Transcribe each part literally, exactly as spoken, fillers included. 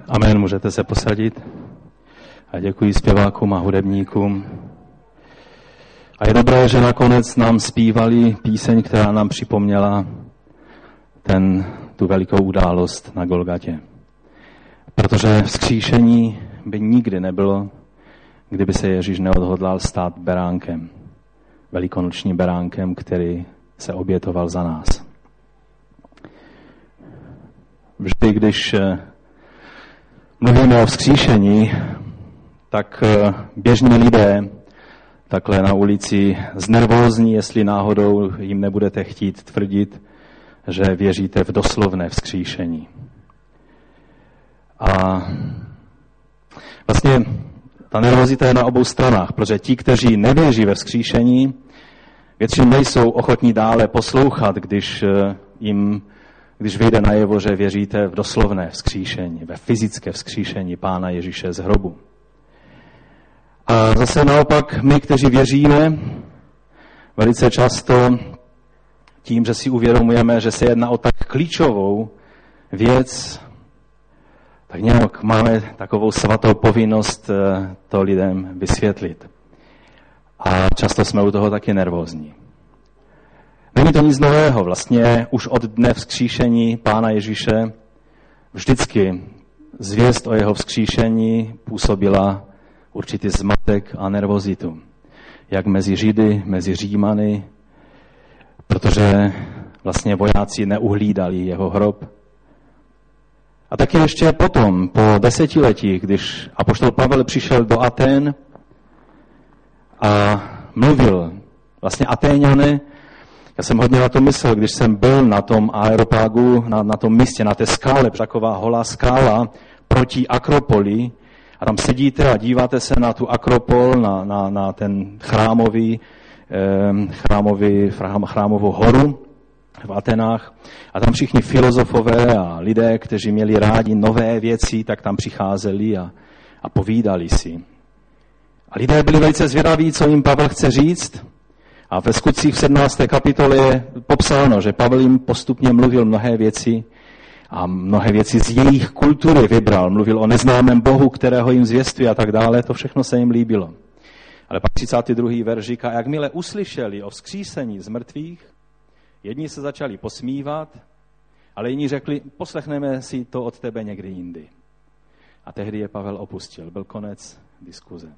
Amen, můžete se posadit. A děkuji zpěvákům a hudebníkům. A je dobré, že nakonec nám zpívali píseň, která nám připomněla ten, tu velikou událost na Golgatě. Protože vzkříšení by nikdy nebylo, kdyby se Ježíš neodhodlal stát beránkem. Velikonočním beránkem, který se obětoval za nás. Vždy, když mluvíme o vzkříšení, tak běžní lidé takhle na ulici znervózní, jestli náhodou jim nebudete chtít tvrdit, že věříte v doslovné vzkříšení. A vlastně ta nervozita je na obou stranách, protože ti, kteří nevěří ve vzkříšení, většinou nejsou ochotní dále poslouchat, když jim když vyjde najevo, že věříte v doslovné vzkříšení, ve fyzické vzkříšení Pána Ježíše z hrobu. A zase naopak my, kteří věříme, velice často tím, že si uvědomujeme, že se jedná o tak klíčovou věc, tak nějak máme takovou svatou povinnost to lidem vysvětlit. A často jsme u toho taky nervózní. Není to nic nového. Vlastně už od dne vzkříšení Pána Ježíše vždycky zvěst o jeho vzkříšení působila určitý zmatek a nervozitu. Jak mezi Židy, mezi Římany, protože vlastně vojáci neuhlídali jeho hrob. A taky ještě potom, po desetiletí, když apoštol Pavel přišel do Aten a mluvil, vlastně Atéňany, já jsem hodně na to myslel, když jsem byl na tom aeropágu, na, na tom místě, na té skále, taková holá skála proti Akropoli, a tam sedíte a díváte se na tu Akropol, na, na, na ten chrámový, eh, chrámový, chrámovou horu v Atenách. A tam všichni filozofové a lidé, kteří měli rádi nové věci, tak tam přicházeli a, a povídali si. A lidé byli velice zvědaví, co jim Pavel chce říct. A ve Skutcích v sedmnácté kapitole je popsáno, že Pavel jim postupně mluvil mnohé věci a mnohé věci z jejich kultury vybral. Mluvil o neznámém Bohu, kterého jim zvěstuje a tak dále. To všechno se jim líbilo. Ale pak třicátý druhý verš říká, jakmile uslyšeli o vzkřísení z mrtvých, jedni se začali posmívat, ale jiní řekli, poslechneme si to od tebe někdy jindy. A tehdy je Pavel opustil. Byl konec diskuze.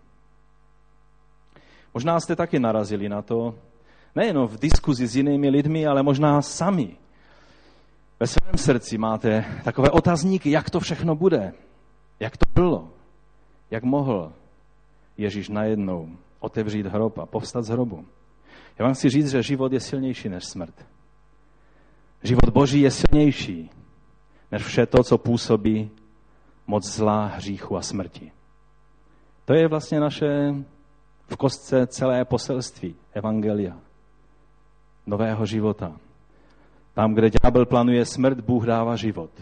Možná jste taky narazili na to, nejenom v diskuzi s jinými lidmi, ale možná sami. Ve svém srdci máte takové otazníky, jak to všechno bude, jak to bylo, jak mohl Ježíš najednou otevřít hrob a povstat z hrobu. Já vám chci říct, že život je silnější než smrt. Život Boží je silnější než vše to, co působí moc zla, hříchu a smrti. To je vlastně naše v kostce celé poselství evangelia, nového života. Tam, kde ďábel plánuje smrt, Bůh dává život.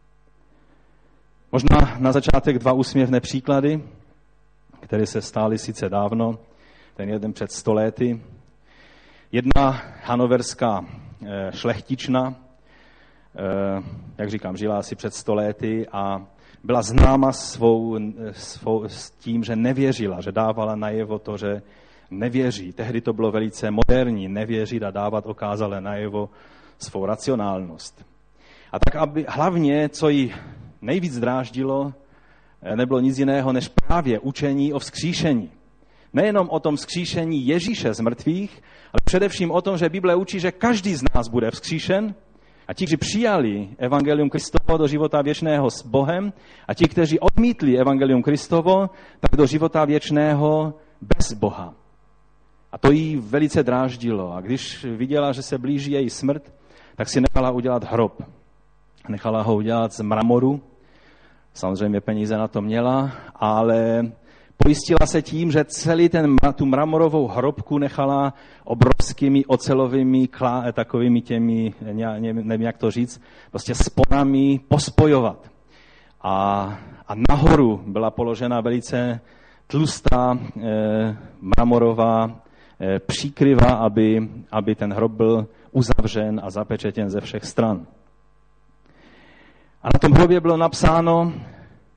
Možná na začátek dva úsměvné příklady, které se stály sice dávno, ten jeden před sto lety. Jedna hanoverská šlechtična, jak říkám, žila asi před sto lety a byla známa svou, svou, s tím, že nevěřila, že dávala najevo to, že nevěří. Tehdy to bylo velice moderní, nevěřit a dávat okázale najevo svou racionálnost. A tak, aby hlavně, co jí nejvíc dráždilo, nebylo nic jiného, než právě učení o vzkříšení. Nejenom o tom vzkříšení Ježíše z mrtvých, ale především o tom, že Bible učí, že každý z nás bude vzkříšen, a ti, kteří přijali evangelium Kristovo do života věčného s Bohem, a ti, kteří odmítli evangelium Kristovo, tak do života věčného bez Boha. A to jí velice dráždilo. A když viděla, že se blíží její smrt, tak si nechala udělat hrob. Nechala ho udělat z mramoru. Samozřejmě peníze na to měla, ale pojistila se tím, že celý ten, tu mramorovou hrobku nechala obrovskými ocelovými, klá, takovými těmi, nevím jak to říct, prostě sponami pospojovat. A, a nahoru byla položena velice tlustá e, mramorová e, příkryva, aby, aby ten hrob byl uzavřen a zapečetěn ze všech stran. A na tom hrobě bylo napsáno,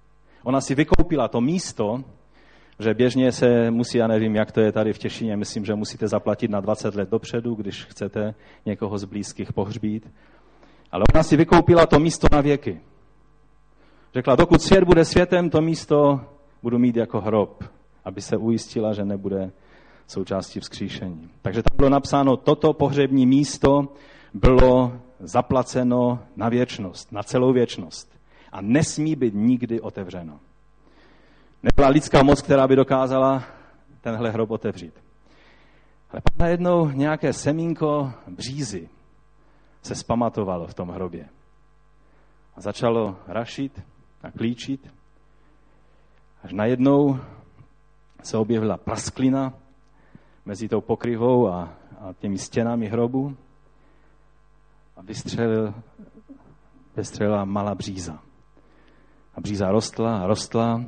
Ona si vykoupila to místo, že běžně se musí, já nevím, jak to je tady v Těšíně, myslím, že musíte zaplatit na dvacet let dopředu, když chcete někoho z blízkých pohřbít. Ale ona si vykoupila to místo na věky. Řekla, dokud svět bude světem, to místo budu mít jako hrob, aby se ujistila, že nebude součástí vzkříšení. Takže tam bylo napsáno, toto pohřební místo bylo zaplaceno na věčnost, na celou věčnost a nesmí být nikdy otevřeno. Nebyla lidská moc, která by dokázala tenhle hrob otevřít. Ale pak najednou nějaké semínko břízy se spamatovalo v tom hrobě. A začalo rašit a klíčit. Až najednou se objevila prasklina mezi tou pokryvou a, a těmi stěnami hrobu a vystřelil, vystřelila malá bříza. A bříza rostla a rostla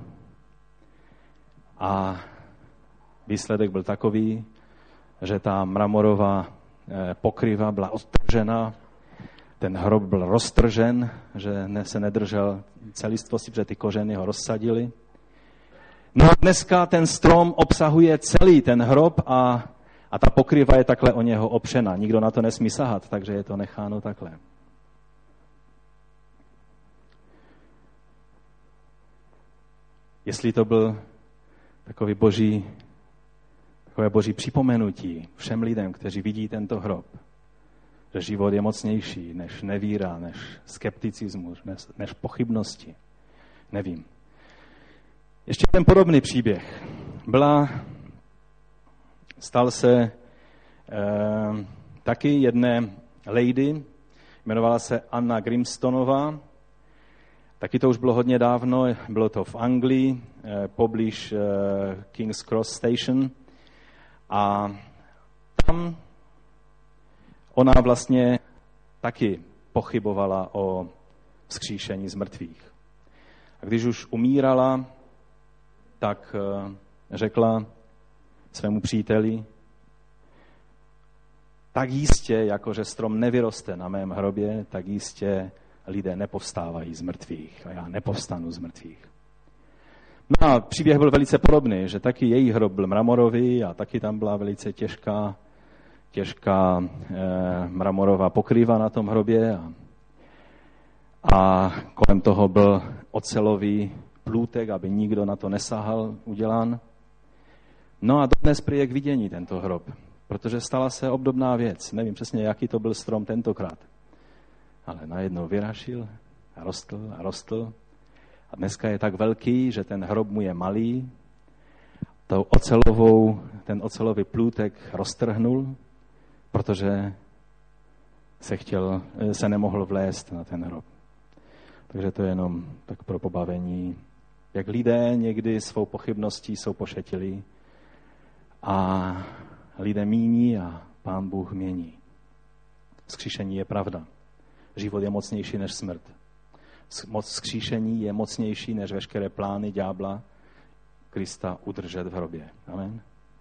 a výsledek byl takový, že ta mramorová pokryva byla odtržena, ten hrob byl roztržen, že se nedržel celistvosti, protože ty kořeny ho rozsadily. No a dneska ten strom obsahuje celý ten hrob a, a ta pokryva je takhle o něho opřena. Nikdo na to nesmí sahat, takže je to necháno takhle. Jestli to byl takový boží, takové boží připomenutí všem lidem, kteří vidí tento hrob, že život je mocnější než nevíra, než skepticismus, než, než pochybnosti. Nevím. Ještě ten podobný příběh. Byla, stal se eh, taky jedné lady, jmenovala se Anna Grimstonová. Taky to už bylo hodně dávno, bylo to v Anglii, eh, poblíž eh, King's Cross Station. A tam ona vlastně taky pochybovala o vzkříšení z mrtvých. A když už umírala, tak řekla svému příteli, tak jistě, jako že strom nevyroste na mém hrobě, tak jistě lidé nepovstávají z mrtvých a já nepovstanu z mrtvých. No a příběh byl velice podobný, že taky její hrob byl mramorový a taky tam byla velice těžká, těžká eh, mramorová pokryva na tom hrobě a, a kolem toho byl ocelový plůtek, aby nikdo na to nesahal, udělán. No a dodnes prý je k vidění tento hrob, protože stala se obdobná věc. Nevím přesně, jaký to byl strom tentokrát. Ale najednou vyrašil a rostl a rostl. A dneska je tak velký, že ten hrob mu je malý. Tou ocelovou, ten ocelový plůtek roztrhnul, protože se, chtěl, se nemohl vlézt na ten hrob. Takže to je jenom tak pro pobavení, jak lidé někdy svou pochybností jsou pošetilí a lidé míní a Pán Bůh mění. Vzkříšení je pravda. Život je mocnější než smrt. Moc vzkříšení je mocnější než veškeré plány ďábla Krista udržet v hrobě. Amen.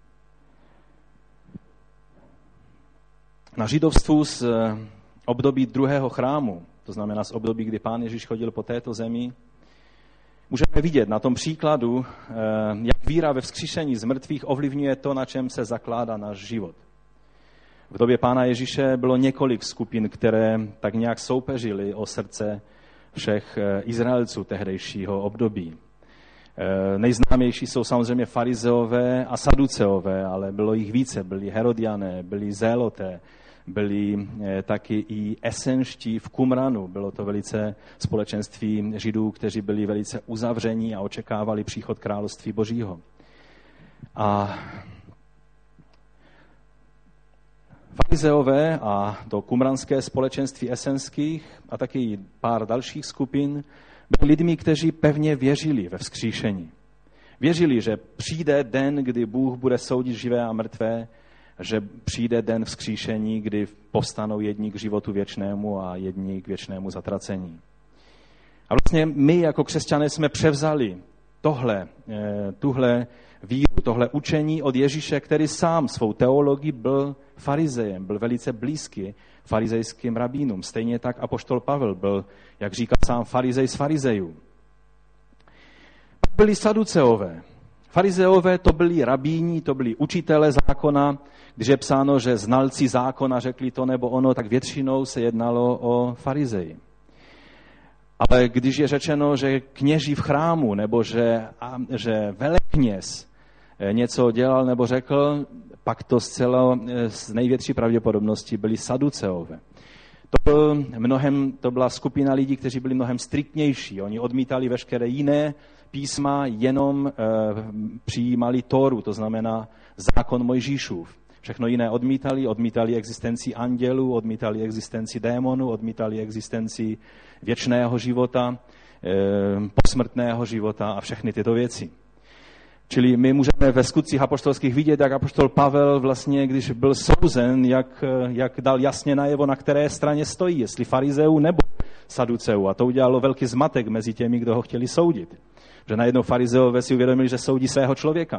Na židovstvu z období druhého chrámu, to znamená z období, kdy Pán Ježíš chodil po této zemi, můžeme vidět na tom příkladu, jak víra ve vzkříšení z mrtvých ovlivňuje to, na čem se zakládá náš život. V době Pána Ježíše bylo několik skupin, které tak nějak soupeřily o srdce všech Izraelců tehdejšího období. Nejznámější jsou samozřejmě farizeové a saduceové, ale bylo jich více. Byli herodiané, byli zéloté, byli taky i esenští v Kumranu. Bylo to velice společenství Židů, kteří byli velice uzavření a očekávali příchod království Božího. A farizeové a to kumranské společenství esenských a taky pár dalších skupin byli lidmi, kteří pevně věřili ve vzkříšení. Věřili, že přijde den, kdy Bůh bude soudit živé a mrtvé, že přijde den vzkříšení, kdy povstanou jedni k životu věčnému a jedni k věčnému zatracení. A vlastně my jako křesťané jsme převzali tohle, tuhle víru, tohle učení od Ježíše, který sám svou teologii byl farizejem, byl velice blízký farizejským rabínům. Stejně tak apoštol Pavel byl, jak říká sám, farizej z farizejů. byli saduceové. Farizeové to byli rabíni, to byli učitelé zákona. Když je psáno, že znalci zákona řekli to nebo ono, tak většinou se jednalo o farizeji. Ale když je řečeno, že kněží v chrámu nebo že, a, že velekněz něco dělal nebo řekl, pak to zcela z největší pravděpodobnosti byli saduceové. To, byl mnohem, to byla skupina lidí, kteří byli mnohem striktnější. Oni odmítali veškeré jiné písma, jenom e, přijímali Tóru, to znamená zákon Mojžíšův. Všechno jiné odmítali, odmítali existenci andělů, odmítali existenci démonů, odmítali existenci věčného života, e, posmrtného života a všechny tyto věci. Čili my můžeme ve skutcích apoštolských vidět, jak apoštol Pavel vlastně, když byl souzen, jak, jak dal jasně najevo, na které straně stojí, jestli farizeů nebo saduceů. A to udělalo velký zmatek mezi těmi, kdo ho chtěli soudit. Že najednou farizeové si uvědomili, že soudí svého člověka.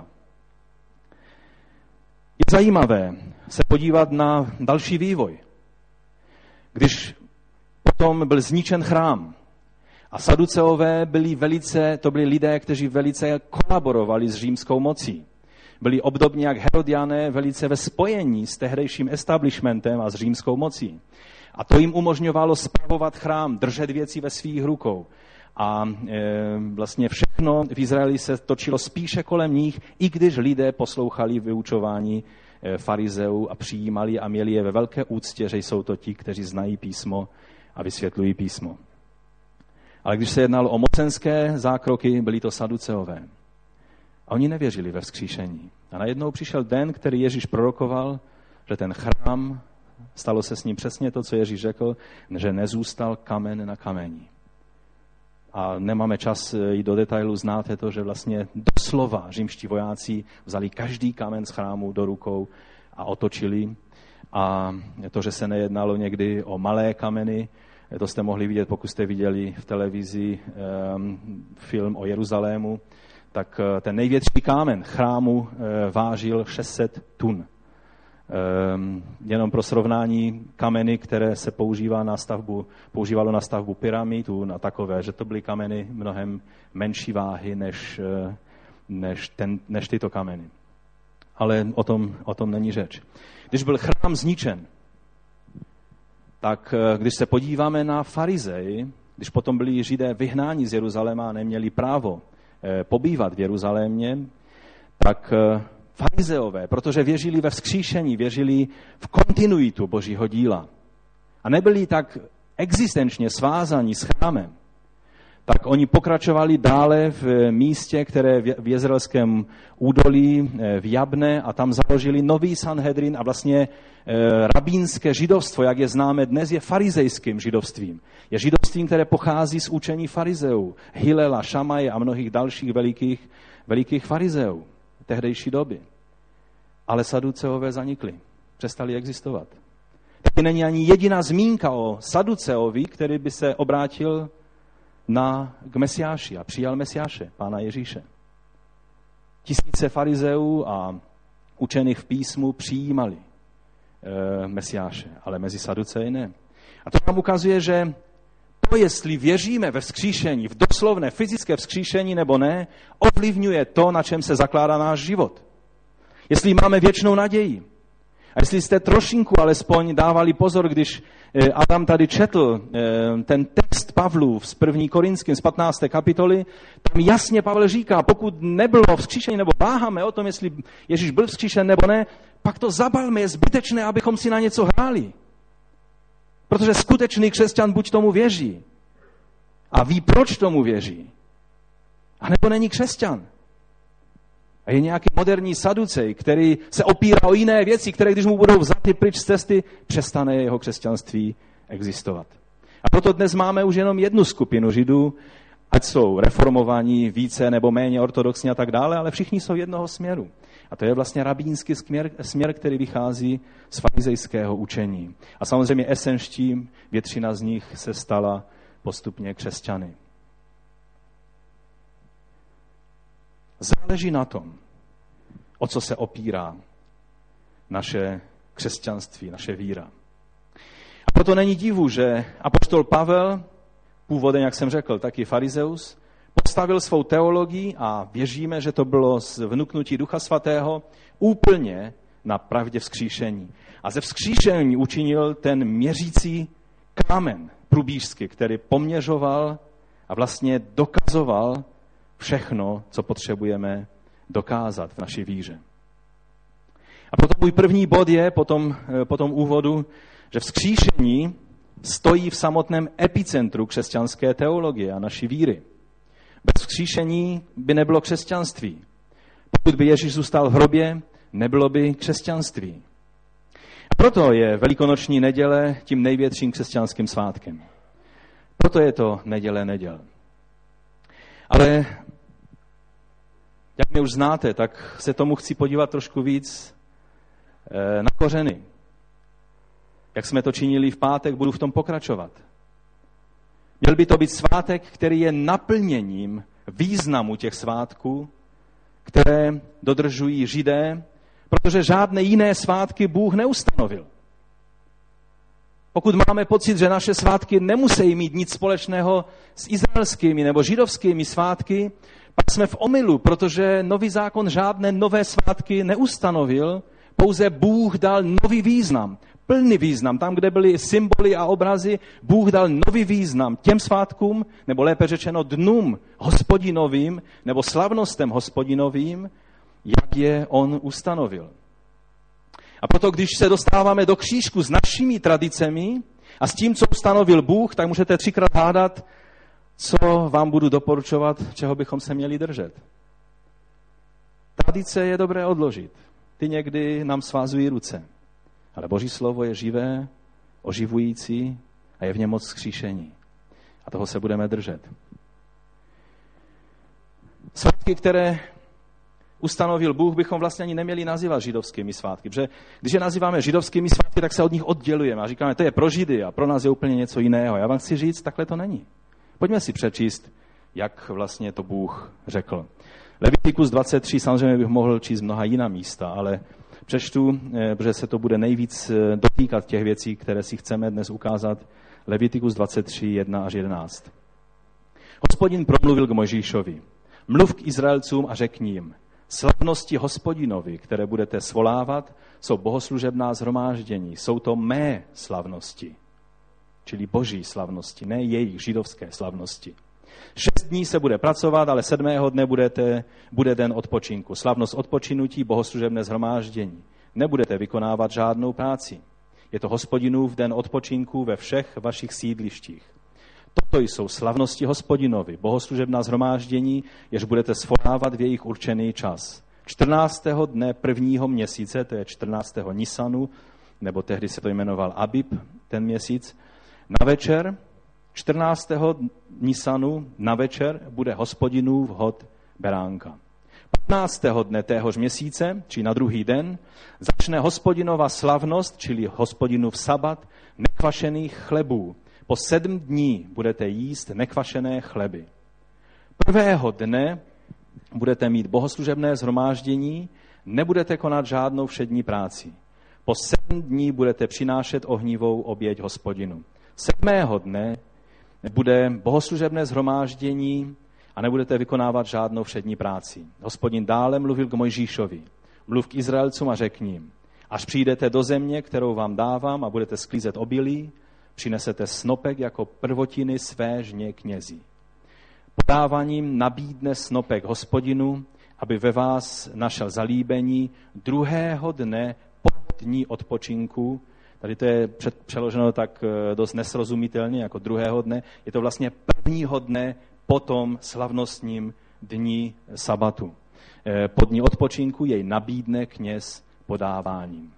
Je zajímavé se podívat na další vývoj. Když potom byl zničen chrám, a saduceové byli velice, to byli lidé, kteří velice kolaborovali s římskou mocí. Byli obdobně jak Herodiané velice ve spojení s tehdejším establishmentem a s římskou mocí. A to jim umožňovalo spravovat chrám, držet věci ve svých rukou. A e, vlastně všechno v Izraeli se točilo spíše kolem nich, i když lidé poslouchali vyučování e, farizeů a přijímali a měli je ve velké úctě, že jsou to ti, kteří znají písmo a vysvětlují písmo. Ale když se jednalo o mocenské zákroky, byli to saduceové. A oni nevěřili ve vzkříšení. A najednou přišel den, který Ježíš prorokoval, že ten chrám, stalo se s ním přesně to, co Ježíš řekl, že nezůstal kamen na kameni. A nemáme čas jít do detailu, znáte to, že vlastně doslova římští vojáci vzali každý kamen z chrámu do rukou a otočili. A to, že se nejednalo někdy o malé kameny, to jste mohli vidět, pokud jste viděli v televizi um, film o Jeruzalému, tak uh, ten největší kámen chrámu uh, vážil šest set tun. Um, jenom pro srovnání kameny, které se používá na stavbu, používalo na stavbu pyramidů, na takové, že to byly kameny mnohem menší váhy než, uh, než, ten, než tyto kameny. Ale o tom, o tom není řeč. Když byl chrám zničen, tak když se podíváme na farizej, když potom byli Židé vyhnáni z Jeruzaléma a neměli právo pobývat v Jeruzalémě, tak farizeové, protože věřili ve vzkříšení, věřili v kontinuitu Božího díla a nebyli tak existenčně svázaní s chrámem, tak oni pokračovali dále v místě, které v jezreelském údolí v Jabne a tam založili nový Sanhedrin a vlastně rabínské židovstvo, jak je známe dnes, je farizejským židovstvím. Je židovstvím, které pochází z učení farizeů, Hilela, Šamaje a mnohých dalších velikých, velikých farizeů tehdejší doby. Ale saduceové zanikli, přestali existovat. Taky není ani jediná zmínka o saduceovi, který by se obrátil na, k Mesiáši a přijal Mesiáše, Pána Ježíše. Tisíce farizeů a učených v písmu přijímali e, Mesiáše, ale mezi saduceji ne. A to nám ukazuje, že to, jestli věříme ve vzkříšení, v doslovné fyzické vzkříšení nebo ne, ovlivňuje to, na čem se zakládá náš život. Jestli máme věčnou naději. A jestli jste trošinku alespoň dávali pozor, když Adam tady četl ten text Pavlův z první Korinským z patnácté kapitoly, tam jasně Pavel říká, pokud nebylo vzkříšení, nebo váháme o tom, jestli Ježíš byl vzkříšen nebo ne, pak to zabalme, je zbytečné, abychom si na něco hráli. Protože skutečný křesťan buď tomu věří a ví, proč tomu věří, a nebo není křesťan. A je nějaký moderní saducej, který se opírá o jiné věci, které když mu budou vzaty pryč z cesty, přestane jeho křesťanství existovat. A proto dnes máme už jenom jednu skupinu Židů, ať jsou reformovaní více nebo méně ortodoxní a tak dále, ale všichni jsou jednoho směru. A to je vlastně rabínský směr, směr, který vychází z farizejského učení. A samozřejmě esenští většina z nich se stala postupně křesťany. Záleží na tom, o co se opírá naše křesťanství, naše víra. A proto není divu, že apoštol Pavel, původem, jak jsem řekl, taky farizeus, postavil svou teologii a věříme, že to bylo z vnuknutí Ducha Svatého úplně na pravdě vzkříšení. A ze vzkříšení učinil ten měřící kámen průbířsky, který poměřoval a vlastně dokazoval všechno, co potřebujeme dokázat v naší víře. A proto můj první bod je po tom, po tom úvodu, že vzkříšení stojí v samotném epicentru křesťanské teologie a naší víry. Bez vzkříšení by nebylo křesťanství. Pokud by Ježíš zůstal v hrobě, nebylo by křesťanství. A proto je Velikonoční neděle tím největším křesťanským svátkem. Proto je to neděle neděl. Ale jak mě už znáte, tak se tomu chci podívat trošku víc na kořeny. Jak jsme to činili v pátek, budu v tom pokračovat. Měl by to být svátek, který je naplněním významu těch svátků, které dodržují Židé, protože žádné jiné svátky Bůh neustanovil. Pokud máme pocit, že naše svátky nemusí mít nic společného s izraelskými nebo židovskými svátky, pak jsme v omylu, protože nový zákon žádné nové svátky neustanovil, pouze Bůh dal nový význam, plný význam. Tam, kde byly symboly a obrazy, Bůh dal nový význam těm svátkům, nebo lépe řečeno dnům hospodinovým, nebo slavnostem hospodinovým, jak je on ustanovil. A proto, když se dostáváme do křížku s našimi tradicemi a s tím, co ustanovil Bůh, tak můžete třikrát hádat, co vám budu doporučovat, čeho bychom se měli držet. Tradice je dobré odložit. Ty někdy nám svazují ruce. Ale Boží slovo je živé, oživující a je v něm moc vzkříšení. A toho se budeme držet. Svátky, které ustanovil Bůh, bychom vlastně ani neměli nazývat židovskými svátky. Protože když je nazýváme židovskými svátky, tak se od nich oddělujeme a říkáme, to je pro Židy a pro nás je úplně něco jiného. Já vám chci říct, takhle to není. Pojďme si přečíst, jak vlastně to Bůh řekl. Levitikus dvacet tři, samozřejmě bych mohl číst mnoha jiná místa, ale přečtu, protože se to bude nejvíc dotýkat těch věcí, které si chceme dnes ukázat. Levitikus dvacet tři, jedna až jedenáct. Hospodin promluvil k Mojžíšovi. Mluv k Izraelcům a řekni jim, slavnosti Hospodinovi, které budete svolávat, jsou bohoslužebná shromáždění. Jsou to mé slavnosti, čili boží slavnosti, ne jejich židovské slavnosti. Šest dní se bude pracovat, ale sedmého dne budete, bude den odpočinku. Slavnost odpočinutí, bohoslužebné shromáždění. Nebudete vykonávat žádnou práci. Je to Hospodinův den odpočinku ve všech vašich sídlištích. Toto jsou slavnosti Hospodinovi, bohoslužebná shromáždění, jež budete svolávat v jejich určený čas. čtrnáctého dne prvního měsíce, to je čtrnáctého Nisanu, nebo tehdy se to jmenoval Abib, ten měsíc, na večer, čtrnáctého Nisanu na večer bude Hospodinův hod beránka. patnáctého dne téhož měsíce, či na druhý den, začne Hospodinova slavnost, čili Hospodinův sabat, nekvašených chlebů. Po sedm dní budete jíst nekvašené chleby. Prvého dne budete mít bohoslužebné shromáždění, nebudete konat žádnou všední práci. Po sedm dní budete přinášet ohnivou oběť Hospodinu. Sedmého dne bude bohoslužebné shromáždění a nebudete vykonávat žádnou všední práci. Hospodin dále mluvil k Mojžíšovi. Mluv k Izraelcům a řekni jim, až přijdete do země, kterou vám dávám a budete sklízet obilí, přinesete snopek jako prvotiny své žně knězi. Podávaním nabídne snopek Hospodinu, aby ve vás našel zalíbení druhého dne po dní odpočinku. Tady to je přeloženo tak dost nesrozumitelně jako druhého dne. Je to vlastně prvního dne po tom slavnostním dní sabatu. Po dní odpočinku jej nabídne kněz podáváním.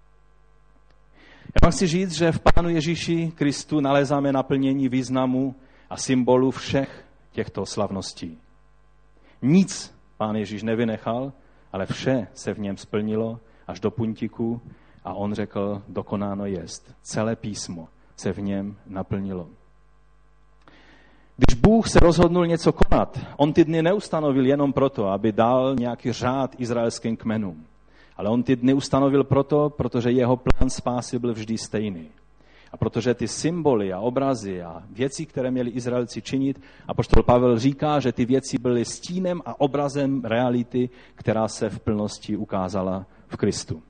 Já vám chci říct, že v Pánu Ježíši Kristu nalézáme naplnění významu a symbolu všech těchto slavností. Nic Pán Ježíš nevynechal, ale vše se v něm splnilo až do puntíku a on řekl, dokonáno jest. Celé písmo se v něm naplnilo. Když Bůh se rozhodnul něco konat, on ty dny neustanovil jenom proto, aby dal nějaký řád izraelským kmenům. Ale on ty dny ustanovil proto, protože jeho plán spásy byl vždy stejný. A protože ty symboly a obrazy a věci, které měli Izraelci činit, apoštol Pavel říká, že ty věci byly stínem a obrazem reality, která se v plnosti ukázala v Kristu.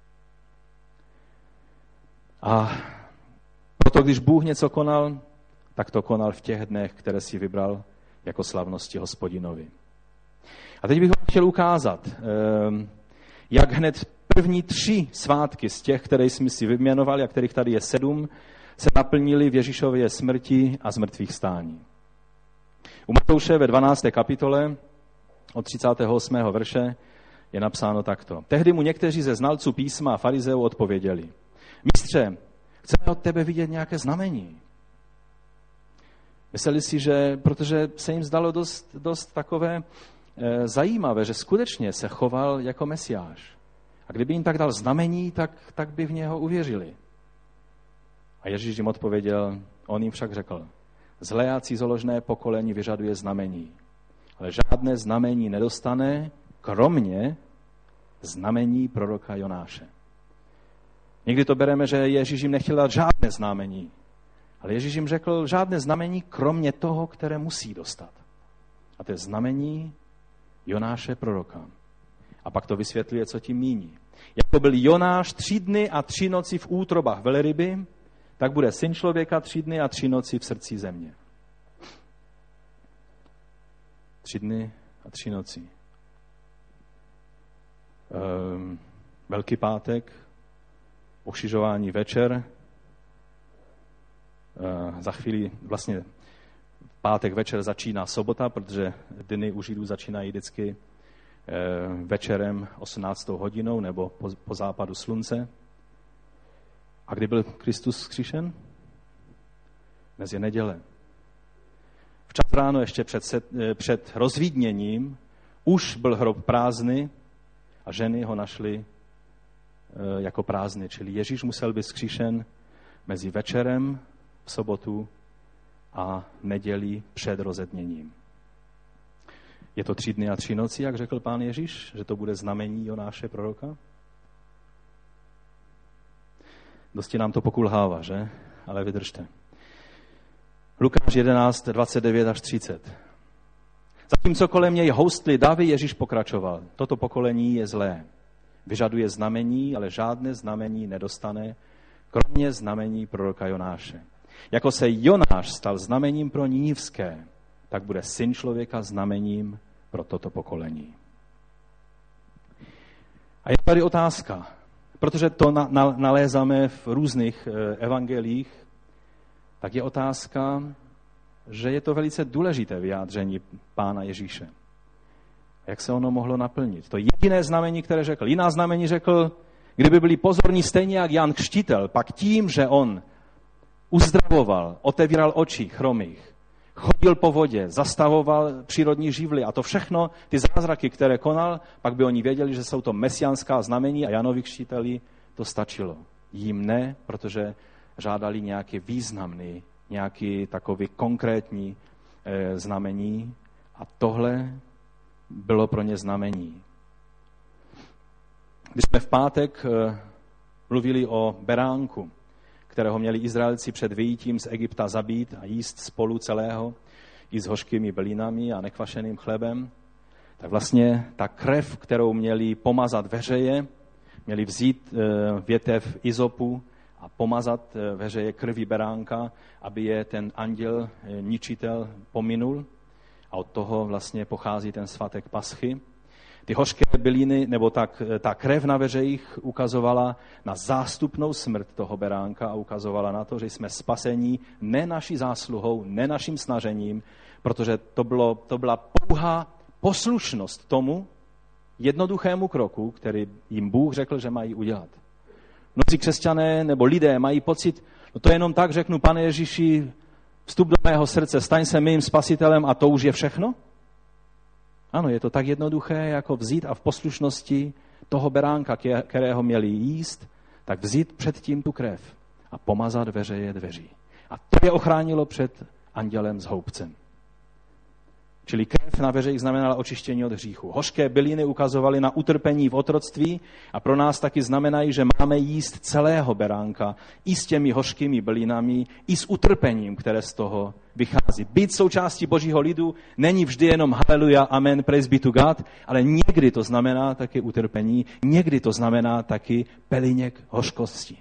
A proto, když Bůh něco konal, tak to konal v těch dnech, které si vybral jako slavnosti Hospodinovi. A teď bych vám chtěl ukázat, jak hned první tři svátky z těch, které jsme si vyjmenovali, a kterých tady je sedm, se naplnili v Ježíšově smrti a zmrtvých stání. U Matouše ve dvanácté kapitole od třicátého osmého verše je napsáno takto. Tehdy mu někteří ze znalců písma a farizeů odpověděli. Mistře, chceme od tebe vidět nějaké znamení. Mysleli si, že, protože se jim zdalo dost, dost takové e, zajímavé, že skutečně se choval jako Mesiáš. A kdyby jim tak dal znamení, tak, tak by v něho uvěřili. A Ježíš jim odpověděl, on jim však řekl, zlé a cizoložné pokolení vyžaduje znamení, ale žádné znamení nedostane, kromě znamení proroka Jonáše. Někdy to bereme, že Ježíš jim nechtěl dát žádné znamení, ale Ježíš jim řekl žádné znamení, kromě toho, které musí dostat. A to je znamení Jonáše proroka. A pak to vysvětluje, co tím míní. Jako byl Jonáš tři dny a tři noci v útrobách velryby, tak bude syn člověka tři dny a tři noci v srdci země. Tři dny a tři noci. Ehm, Velký pátek, ukřižování večer, ehm, za chvíli vlastně pátek večer začíná sobota, protože dny u Židů začínají vždycky večerem osmnáctou hodinou nebo po, po západu slunce. A kdy byl Kristus vzkříšen? Dnes je neděle. Včas ráno ještě před, set, před rozvídněním už byl hrob prázdný a ženy ho našly jako prázdný. Čili Ježíš musel být vzkříšen mezi večerem v sobotu a nedělí před rozedněním. Je to tři dny a tři noci, jak řekl pán Ježíš, že to bude znamení Jonáše proroka? Dosti nám to pokulhává, že? Ale vydržte. Lukáš jedenáct, dvacet devět až třicet. Zatímco kolem něj houstly davy, Ježíš pokračoval. Toto pokolení je zlé. Vyžaduje znamení, ale žádné znamení nedostane, kromě znamení proroka Jonáše. Jako se Jonáš stal znamením pro Nínivské, tak bude syn člověka znamením pro toto pokolení. A je tady otázka, protože to na, na, nalézáme v různých e, evangelích, tak je otázka, že je to velice důležité vyjádření pána Ježíše. Jak se ono mohlo naplnit? To jediné znamení, které řekl. Jiná znamení řekl, kdyby byli pozorní stejně jak Jan Křtitel, pak tím, že on uzdravoval, otevíral oči chromých, chodil po vodě, zastavoval přírodní živly a to všechno, ty zázraky, které konal, pak by oni věděli, že jsou to mesiánská znamení a Janovi Křtiteli to stačilo. Jím ne, protože žádali nějaký významný, nějaký takový konkrétní e, znamení a tohle bylo pro ně znamení. Když jsme v pátek e, mluvili o beránku, kterého měli Izraelci před vyjítím z Egypta zabít a jíst spolu celého, i s hořkými bylinami a nekvašeným chlebem, tak vlastně ta krev, kterou měli pomazat veřeje, měli vzít větev izopu a pomazat veřeje krví beránka, aby je ten anděl, ničitel pominul. A od toho vlastně pochází ten svatek Paschy. Ty hořké byliny, nebo tak, ta krev na veřejích ukazovala na zástupnou smrt toho beránka a ukazovala na to, že jsme spasení ne naší zásluhou, ne naším snažením, protože to, bylo, to byla pouhá poslušnost tomu jednoduchému kroku, který jim Bůh řekl, že mají udělat. Mnozí křesťané nebo lidé mají pocit, no to je jenom tak, řeknu, Pane Ježíši, vstup do mého srdce, staň se mým spasitelem a to už je všechno? Ano, je to tak jednoduché, jako vzít a v poslušnosti toho beránka, kterého měli jíst, tak vzít předtím tu krev a pomazat veřeje dveří. A to je ochránilo před andělem s houbcem. Čili krev na veřejích znamenala očištění od hříchu. Hořké byliny ukazovaly na utrpení v otroctví a pro nás taky znamenají, že máme jíst celého beránka i s těmi hořkými bylinami, i s utrpením, které z toho vychází. Být součástí Božího lidu není vždy jenom haleluja, amen, praise be to God, ale někdy to znamená taky utrpení, někdy to znamená taky peliněk hořkosti.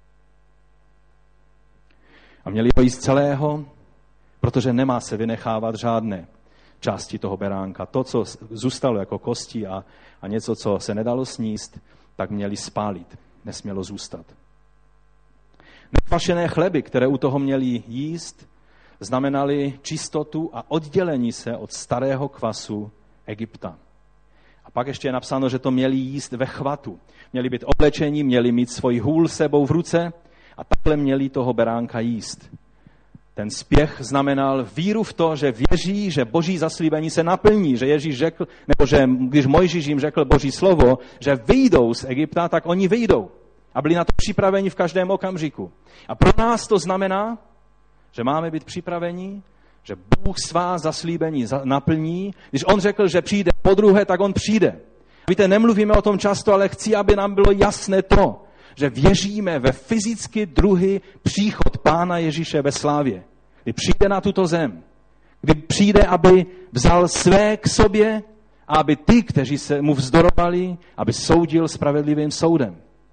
A měli ho jíst celého, protože nemá se vynechávat žádné části toho beránka. To, co zůstalo jako kosti a, a něco, co se nedalo sníst, tak měli spálit. Nesmělo zůstat. Nekvašené chleby, které u toho měli jíst, znamenaly čistotu a oddělení se od starého kvasu Egypta. A pak ještě je napsáno, že to měli jíst ve chvatu. Měli být oblečení, měli mít svůj hůl sebou v ruce a takhle měli toho beránka jíst. Ten spěch znamenal víru v to, že věří, že Boží zaslíbení se naplní, že Ježíš řekl, nebo že když Mojžíš jim řekl Boží slovo, že vyjdou z Egypta, tak oni vyjdou. A byli na to připraveni v každém okamžiku. A pro nás to znamená, že máme být připraveni, že Bůh svá zaslíbení naplní. Když on řekl, že přijde podruhé, tak on přijde. Víte, nemluvíme o tom často, ale chci, aby nám bylo jasné to, že věříme ve fyzicky druhý příchod Pána Ježíše ve slávě. Kdy přijde na tuto zem. Kdy přijde, aby vzal své k sobě a aby ty, kteří se mu vzdorovali, aby soudil spravedlivým soudem.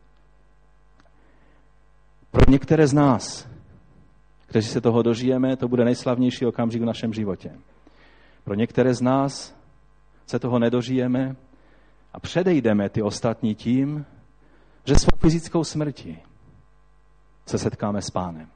Pro některé z nás, kteří se toho dožijeme, to bude nejslavnější okamžik v našem životě. Pro některé z nás se toho nedožijeme a předejdeme ty ostatní tím, že svou fyzickou smrtí se setkáme s Pánem.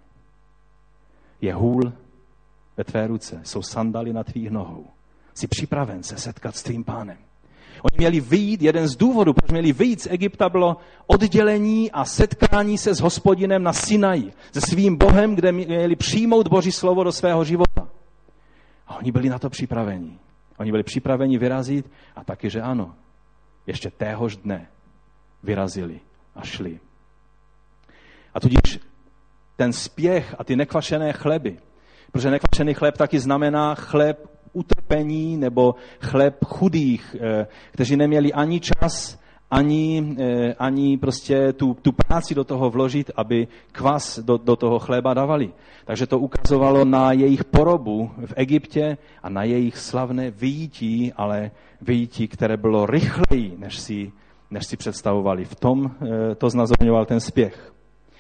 Je hůl ve tvé ruce, jsou sandaly na tvých nohou. Jsi připraven se setkat s tvým Pánem. Oni měli vyjít, jeden z důvodů, proč měli vyjít z Egypta, bylo oddělení a setkání se s Hospodinem na Sinaji, se svým Bohem, kde měli přijmout Boží slovo do svého života. A oni byli na to připraveni. Oni byli připraveni vyrazit a taky, že ano, ještě téhož dne vyrazili a šli. A tudíž ten spěch a ty nekvašené chleby, protože nekvašený chléb taky znamená chléb utrpení nebo chléb chudých, kteří neměli ani čas, ani, ani prostě tu, tu práci do toho vložit, aby kvas do, do toho chléba dávali. Takže to ukazovalo na jejich porobu v Egyptě a na jejich slavné vyjítí, ale vyjítí, které bylo rychleji, než si, než si představovali. V tom to znázorňoval ten spěch.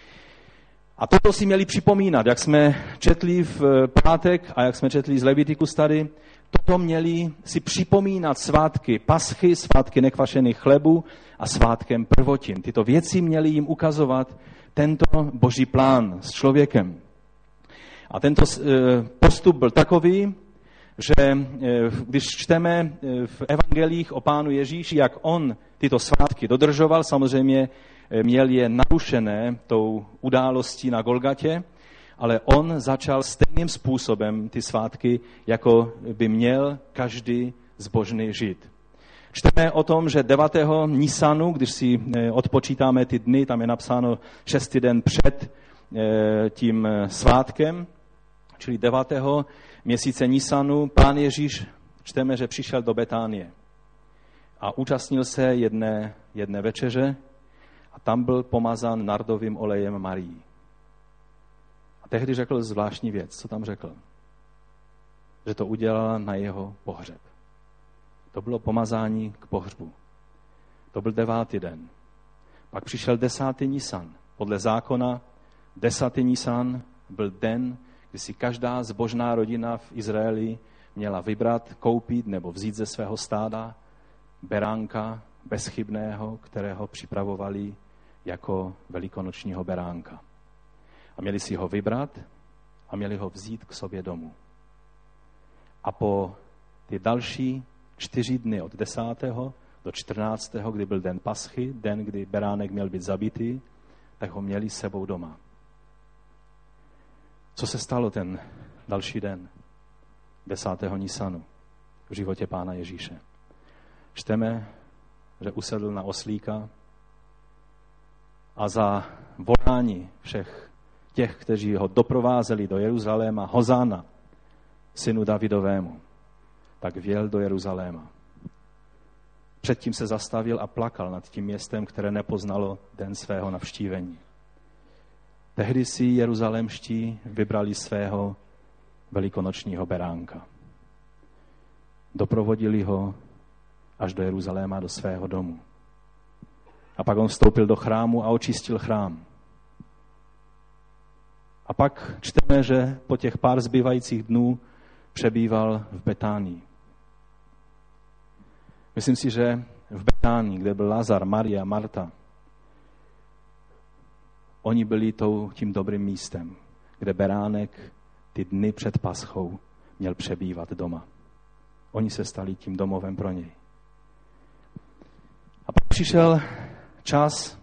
A toto si měli připomínat, jak jsme četli v pátek a jak jsme četli z Levitikus tady, toto měli si připomínat svátky paschy, svátky nekvašených chlebů a svátkem prvotin. Tyto věci měly jim ukazovat tento Boží plán s člověkem. A tento postup byl takový, že když čteme v evangelích o Pánu Ježíši, jak on tyto svátky dodržoval, samozřejmě měl je narušené tou událostí na Golgatě, ale on začal stejným způsobem ty svátky, jako by měl každý zbožný žít. Čteme o tom, že devátého Nisanu, když si odpočítáme ty dny, tam je napsáno šestý den před tím svátkem, čili devátého měsíce Nisanu, Pán Ježíš, čteme, že přišel do Betánie a účastnil se jedné, jedné večeře a tam byl pomazán nardovým olejem Marii. A tehdy řekl zvláštní věc. Co tam řekl? Že to udělala na jeho pohřeb. To bylo pomazání k pohřbu. To byl devátý den. Pak přišel desátý Nisan. Podle zákona desátý Nisan byl den, kdy si každá zbožná rodina v Izraeli měla vybrat, koupit nebo vzít ze svého stáda beránka bezchybného, kterého připravovali jako velikonočního beránka. A měli si ho vybrat a měli ho vzít k sobě domů. A po ty další čtyři dny od desátého do čtrnáctého, kdy byl den paschy, den, kdy beránek měl být zabitý, tak ho měli s sebou doma. Co se stalo ten další den, desátého Nisanu, v životě Pána Ježíše? Čteme, že usedl na oslíka a za volání všech těch, kteří ho doprovázeli do Jeruzaléma, Hozana, synu Davidovému, tak vjel do Jeruzaléma. Předtím se zastavil a plakal nad tím městem, které nepoznalo den svého navštívení. Tehdy si jeruzalémští vybrali svého velikonočního beránka. Doprovodili ho až do Jeruzaléma, do svého domu. A pak on vstoupil do chrámu a očistil chrám. A pak čteme, že po těch pár zbývajících dnů přebýval v Betánii. Myslím si, že v Betánii, kde byl Lazar, Maria, Marta, oni byli tou, tím dobrým místem, kde beránek ty dny před paschou měl přebývat doma. Oni se stali tím domovem pro něj. A pak přišel čas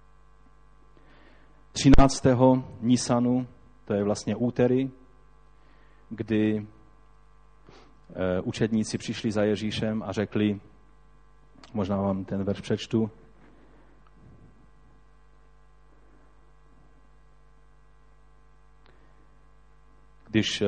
třináctého Nisanu, to je vlastně úterý, kdy e, učedníci přišli za Ježíšem a řekli, možná vám ten verš přečtu, když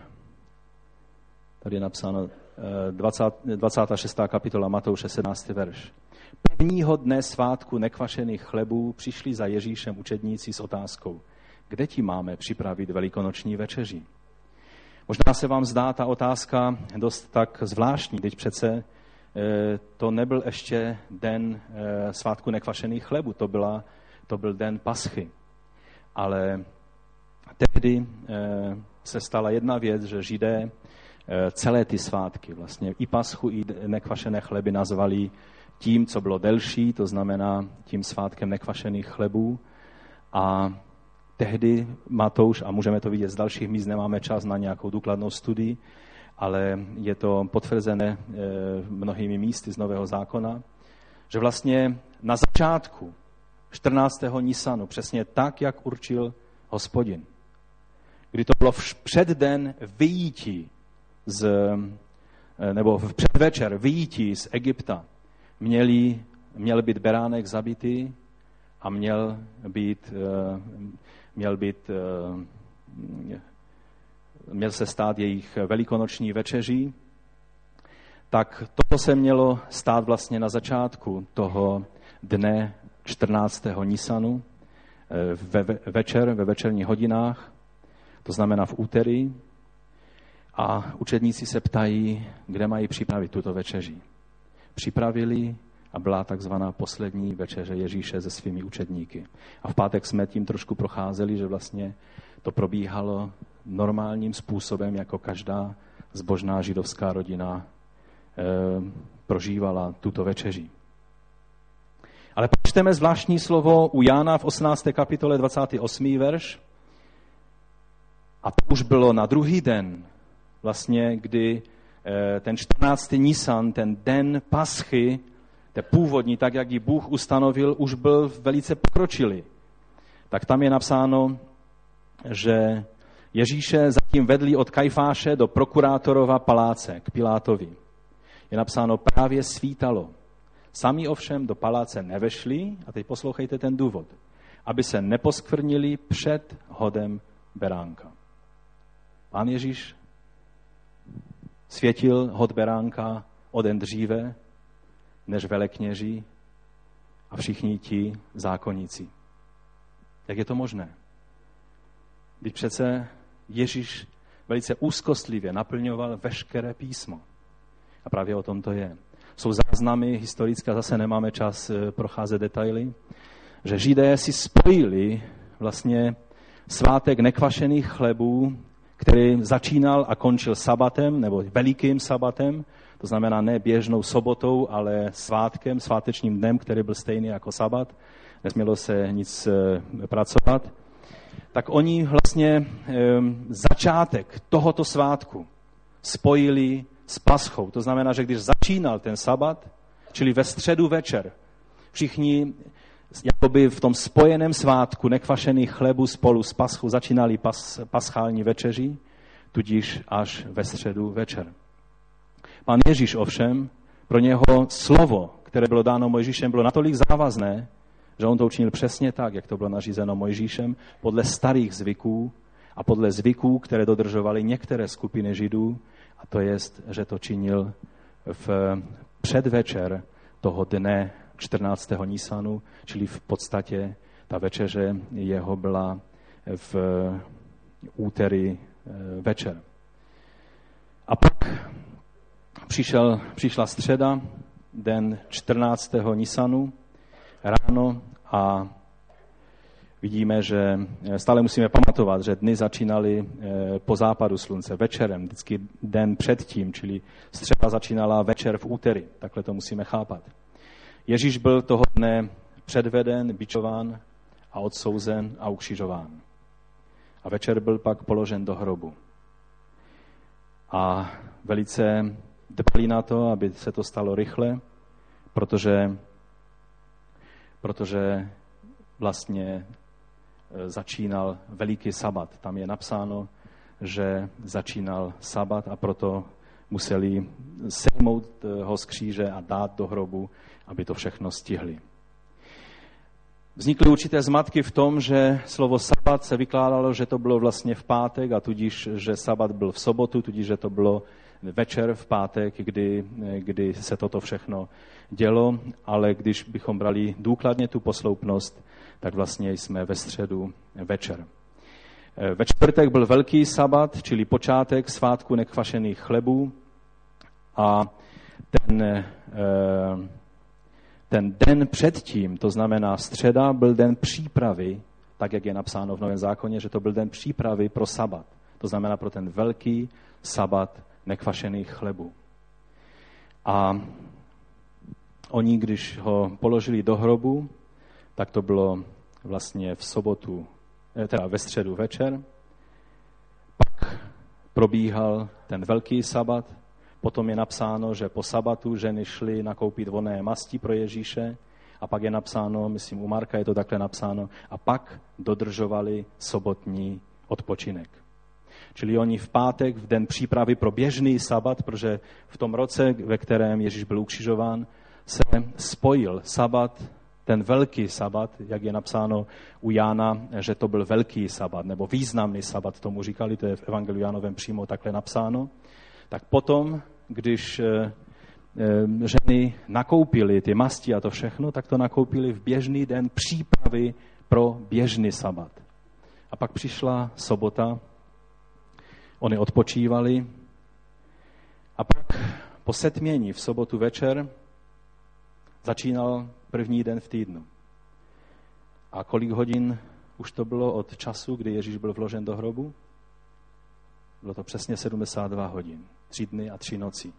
tady je napsáno dvacátá šestá kapitola Matouše sedmnáctý verš. Prvního dne svátku nekvašených chlebů přišli za Ježíšem učedníci s otázkou, kde ti máme připravit velikonoční večeři? Možná se vám zdá ta otázka dost tak zvláštní, teď přece to nebyl ještě den svátku nekvašených chlebů, to, byla, to byl den paschy. Ale tehdy se stala jedna věc, že Židé celé ty svátky, vlastně i paschu, i nekvašené chleby nazvali tím, co bylo delší, to znamená tím svátkem nekvašených chlebů. A tehdy Matouš, a můžeme to vidět z dalších míst, nemáme čas na nějakou důkladnou studii, ale je to potvrzené mnohými místy z Nového zákona, že vlastně na začátku čtrnáctého Nisanu, přesně tak, jak určil Hospodin, kdy to bylo v předden vyjítí z, nebo v předvečer vyjítí z Egypta, měli, měl být beránek zabitý a měl být, měl být, měl se stát jejich velikonoční večeří, tak toto se mělo stát vlastně na začátku toho dne čtrnáctého Nisanu, ve večer, ve večerních hodinách, to znamená v úterý, a učedníci se ptají, kde mají připravit tuto večeři. Připravili a byla takzvaná poslední večeře Ježíše se svými učedníky. A v pátek jsme tím trošku procházeli, že vlastně to probíhalo normálním způsobem, jako každá zbožná židovská rodina e, prožívala tuto večeři. Ale počteme zvláštní slovo u Jána v osmnácté kapitole dvacátý osmý verš. A to už bylo na druhý den, vlastně, kdy ten čtrnáctý Nisan, ten den paschy, ten původní, tak jak ji Bůh ustanovil, už byl velice pokročilý. Tak tam je napsáno, že Ježíše zatím vedli od Kajfáše do prokurátorova paláce k Pilátovi. Je napsáno, právě svítalo. Sami ovšem do paláce nevešli, a teď poslouchejte ten důvod, aby se neposkvrnili před hodem beránka. Pán Ježíš světil hod beránka o den dříve, než velekněží a všichni ti zákonníci. Jak je to možné? Když přece Ježíš velice úzkostlivě naplňoval veškeré písmo. A právě o tom to je. Jsou záznamy historické, zase nemáme čas procházet detaily, že Židé si spojili vlastně svátek nekvašených chlebů, který začínal a končil sabatem, nebo velikým sabatem, to znamená ne běžnou sobotou, ale svátkem, svátečním dnem, který byl stejný jako sabat, nesmělo se nic pracovat. Tak oni vlastně začátek tohoto svátku spojili s paschou. To znamená, že když začínal ten sabat, čili ve středu večer, všichni jakoby v tom spojeném svátku nekvašených chlebů spolu s paschou začínali pas, paschální večeři, tudíž až ve středu večer. Pán Ježíš ovšem, pro něho slovo, které bylo dáno Mojžíšem, bylo natolik závazné, že on to učinil přesně tak, jak to bylo nařízeno Mojžíšem, podle starých zvyků a podle zvyků, které dodržovaly některé skupiny Židů A to jest, že to činil v předvečer toho dne čtrnáctého Nisanu, čili v podstatě ta večeře jeho byla v úterý večer. A pak přišel, přišla středa, den čtrnáctého Nisanu, ráno a vidíme, že stále musíme pamatovat, že dny začínaly po západu slunce, večerem, vždycky den předtím, čili středa začínala večer v úterý, takhle to musíme chápat. Ježíš byl toho dne předveden, bičován a odsouzen a ukřižován. A večer byl pak položen do hrobu. A velice dbali na to, aby se to stalo rychle, protože, protože vlastně začínal veliký sabat. Tam je napsáno, že začínal sabat a proto museli sejmout ho z kříže a dát do hrobu, aby to všechno stihli. Vznikly určité zmatky v tom, že slovo sabat se vykládalo, že to bylo vlastně v pátek a tudíž, že sabat byl v sobotu, tudíž, že to bylo večer v pátek, kdy, kdy se toto všechno dělo, ale když bychom brali důkladně tu posloupnost, tak vlastně jsme ve středu večer. Ve čtvrtek byl velký sabat, čili počátek svátku nekvašených chlebů a ten, ten den předtím, to znamená středa, byl den přípravy, tak jak je napsáno v Novém zákoně, že to byl den přípravy pro sabat. To znamená pro ten velký sabat nekvašených chlebů. A oni, když ho položili do hrobu, tak to bylo vlastně v sobotu, teda ve středu večer. Pak probíhal ten velký sabat, potom je napsáno, že po sabatu ženy šly nakoupit vonné masti pro Ježíše a pak je napsáno, myslím u Marka je to takhle napsáno, a pak dodržovali sobotní odpočinek. Čili oni v pátek, v den přípravy pro běžný sabat, protože v tom roce, ve kterém Ježíš byl ukřižován, se spojil sabat, ten velký sabat, jak je napsáno u Jána, že to byl velký sabat, nebo významný sabat, tomu říkali, to je v Evangeliu Jánovém přímo takhle napsáno, tak potom, když ženy nakoupily ty masti a to všechno, tak to nakoupili v běžný den přípravy pro běžný sabat. A pak přišla sobota, oni odpočívali a pak po setmění v sobotu večer začínal první den v týdnu. A kolik hodin už to bylo od času, kdy Ježíš byl vložen do hrobu? Bylo to přesně sedmdesát dva hodin. Tři dny a tři noci.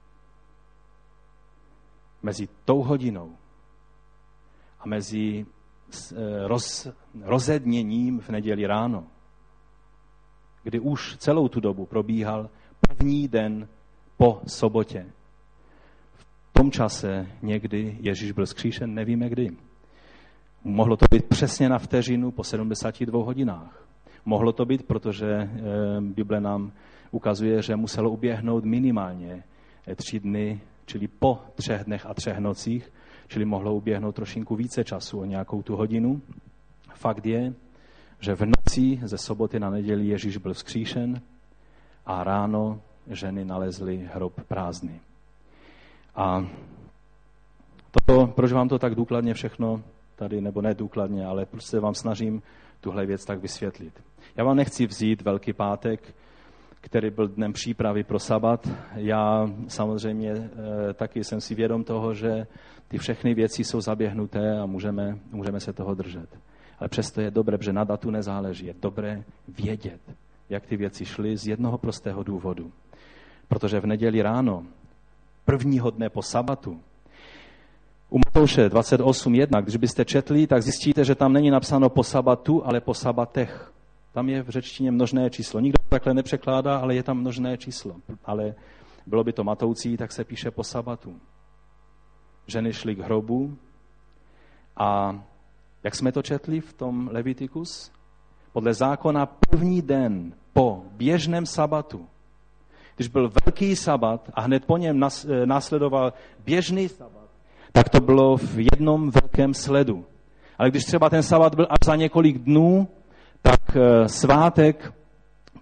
Mezi tou hodinou a mezi roz, rozedněním v neděli ráno, kdy už celou tu dobu probíhal první den po sobotě. V tom čase někdy Ježíš byl zkříšen, nevíme kdy. Mohlo to být přesně na vteřinu po sedmdesáti dvou hodinách. Mohlo to být, protože Bible nám ukazuje, že muselo uběhnout minimálně tři dny, čili po třech dnech a třech nocích, čili mohlo uběhnout trošinku více času, o nějakou tu hodinu. Fakt je, že v noci ze soboty na neděli Ježíš byl vzkříšen a ráno ženy nalezly hrob prázdný. A toto, proč vám to tak důkladně všechno tady, nebo ne důkladně, ale prostě vám snažím tuhle věc tak vysvětlit. Já vám nechci vzít Velký pátek, který byl dnem přípravy pro sabat. Já samozřejmě e, taky jsem si vědom toho, že ty všechny věci jsou zaběhnuté a můžeme, můžeme se toho držet. Ale přesto je dobré, že na datu nezáleží. Je dobré vědět, jak ty věci šly z jednoho prostého důvodu. Protože v neděli ráno, prvního dne po sabatu, u Matouše dvacet osm jedna, když byste četli, tak zjistíte, že tam není napsáno po sabatu, ale po sabatech. Tam je v řečtině množné číslo. Nikdo takhle nepřekládá, ale je tam množné číslo. Ale bylo by to matoucí, tak se píše po sabatu. Ženy šly k hrobu a jak jsme to četli v tom Levitikus? Podle zákona první den po běžném sabatu, když byl velký sabat a hned po něm následoval běžný sabat, tak to bylo v jednom velkém sledu. Ale když třeba ten sabat byl až za několik dnů, tak svátek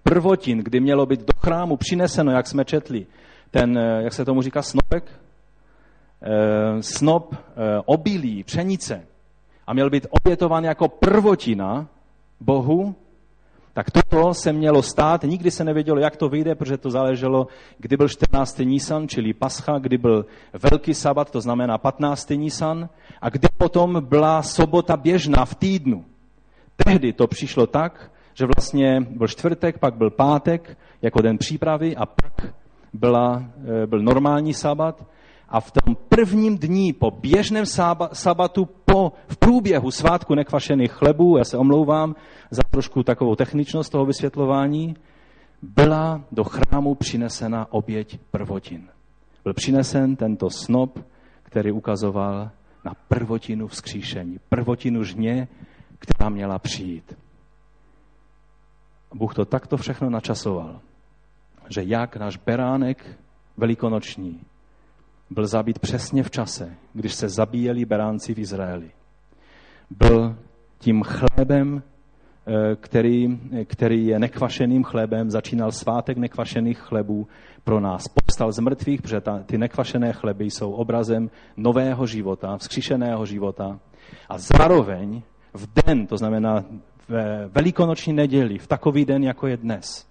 prvotin, kdy mělo být do chrámu přineseno, jak jsme četli, ten, jak se tomu říká, snopek, e, snop e, obilí, pšenice, a měl být obětován jako prvotina Bohu, tak toto se mělo stát. Nikdy se nevědělo, jak to vyjde, protože to záleželo, kdy byl čtrnáctý Nisan, čili Pascha, kdy byl Velký sabat, to znamená patnáctý Nisan, a kdy potom byla sobota běžná v týdnu. Tehdy to přišlo tak, že vlastně byl čtvrtek, pak byl pátek jako den přípravy a pak byla, byl normální sabat. A v tom prvním dní po běžném sabatu, po, v průběhu svátku nekvašených chlebů, já se omlouvám za trošku takovou techničnost toho vysvětlování, byla do chrámu přinesena oběť prvotin. Byl přinesen tento snop, který ukazoval na prvotinu vzkříšení, prvotinu žně, která měla přijít. Bůh to takto všechno načasoval, že jak náš beránek velikonoční byl zabít přesně v čase, když se zabíjeli beránci v Izraeli. Byl tím chlebem, který, který je nekvašeným chlebem, začínal svátek nekvašených chlebů pro nás. Povstal z mrtvých, protože ta, ty nekvašené chleby jsou obrazem nového života, vzkříšeného života. A zároveň v den, to znamená ve velikonoční neděli, v takový den, jako je dnes,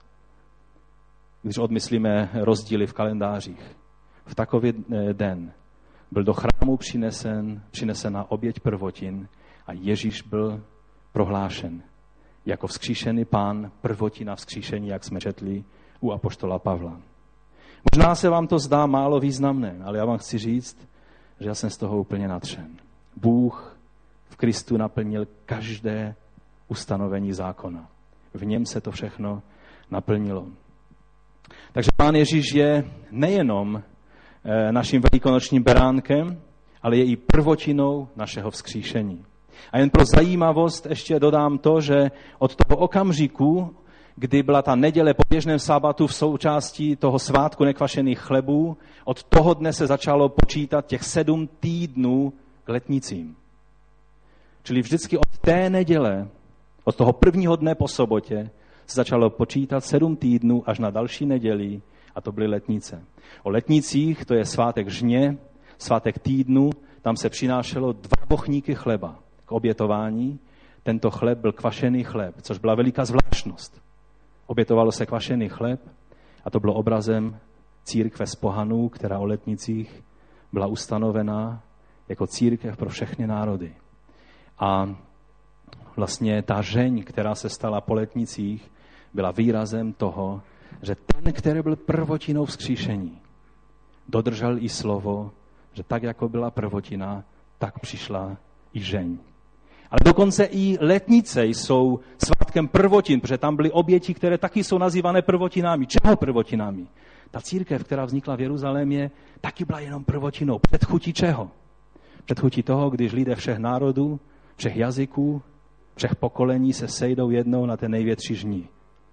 když odmyslíme rozdíly v kalendářích, v takový den byl do chrámu přinesen, přinesena oběť prvotin a Ježíš byl prohlášen jako vzkříšený Pán, prvotina vzkříšení, jak jsme četli u apoštola Pavla. Možná se vám to zdá málo významné, ale já vám chci říct, že já jsem z toho úplně nadšen. Bůh v Kristu naplnil každé ustanovení zákona. V něm se to všechno naplnilo. Takže Pán Ježíš je nejenom naším velikonočním beránkem, ale je i prvotinou našeho vzkříšení. A jen pro zajímavost ještě dodám to, že od toho okamžiku, kdy byla ta neděle po běžném sabatu v součástí toho svátku nekvašených chlebů, od toho dne se začalo počítat těch sedm týdnů k letnicím. Čili vždycky od té neděle, od toho prvního dne po sobotě, se začalo počítat sedm týdnů až na další neděli, a to byly letnice. O letnicích, to je svátek žně, svátek týdnu, tam se přinášelo dva bochníky chleba k obětování. Tento chleb byl kvašený chléb, což byla veliká zvláštnost. Obětovalo se kvašený chléb a to bylo obrazem církve z pohanů, která o letnicích byla ustanovená jako církev pro všechny národy. A vlastně ta žeň, která se stala po letnicích, byla výrazem toho, že ten, který byl prvotinou vzkříšení, dodržel i slovo, že tak, jako byla prvotina, tak přišla i žeň. Ale dokonce i letnice jsou svátkem prvotin, protože tam byly oběti, které taky jsou nazývané prvotinami. Čeho prvotinami? Ta církev, která vznikla v Jeruzalémě, taky byla jenom prvotinou. Předchutí čeho? Předchutí toho, když lidé všech národů, všech jazyků, všech pokolení se sejdou jednou na té největší žní.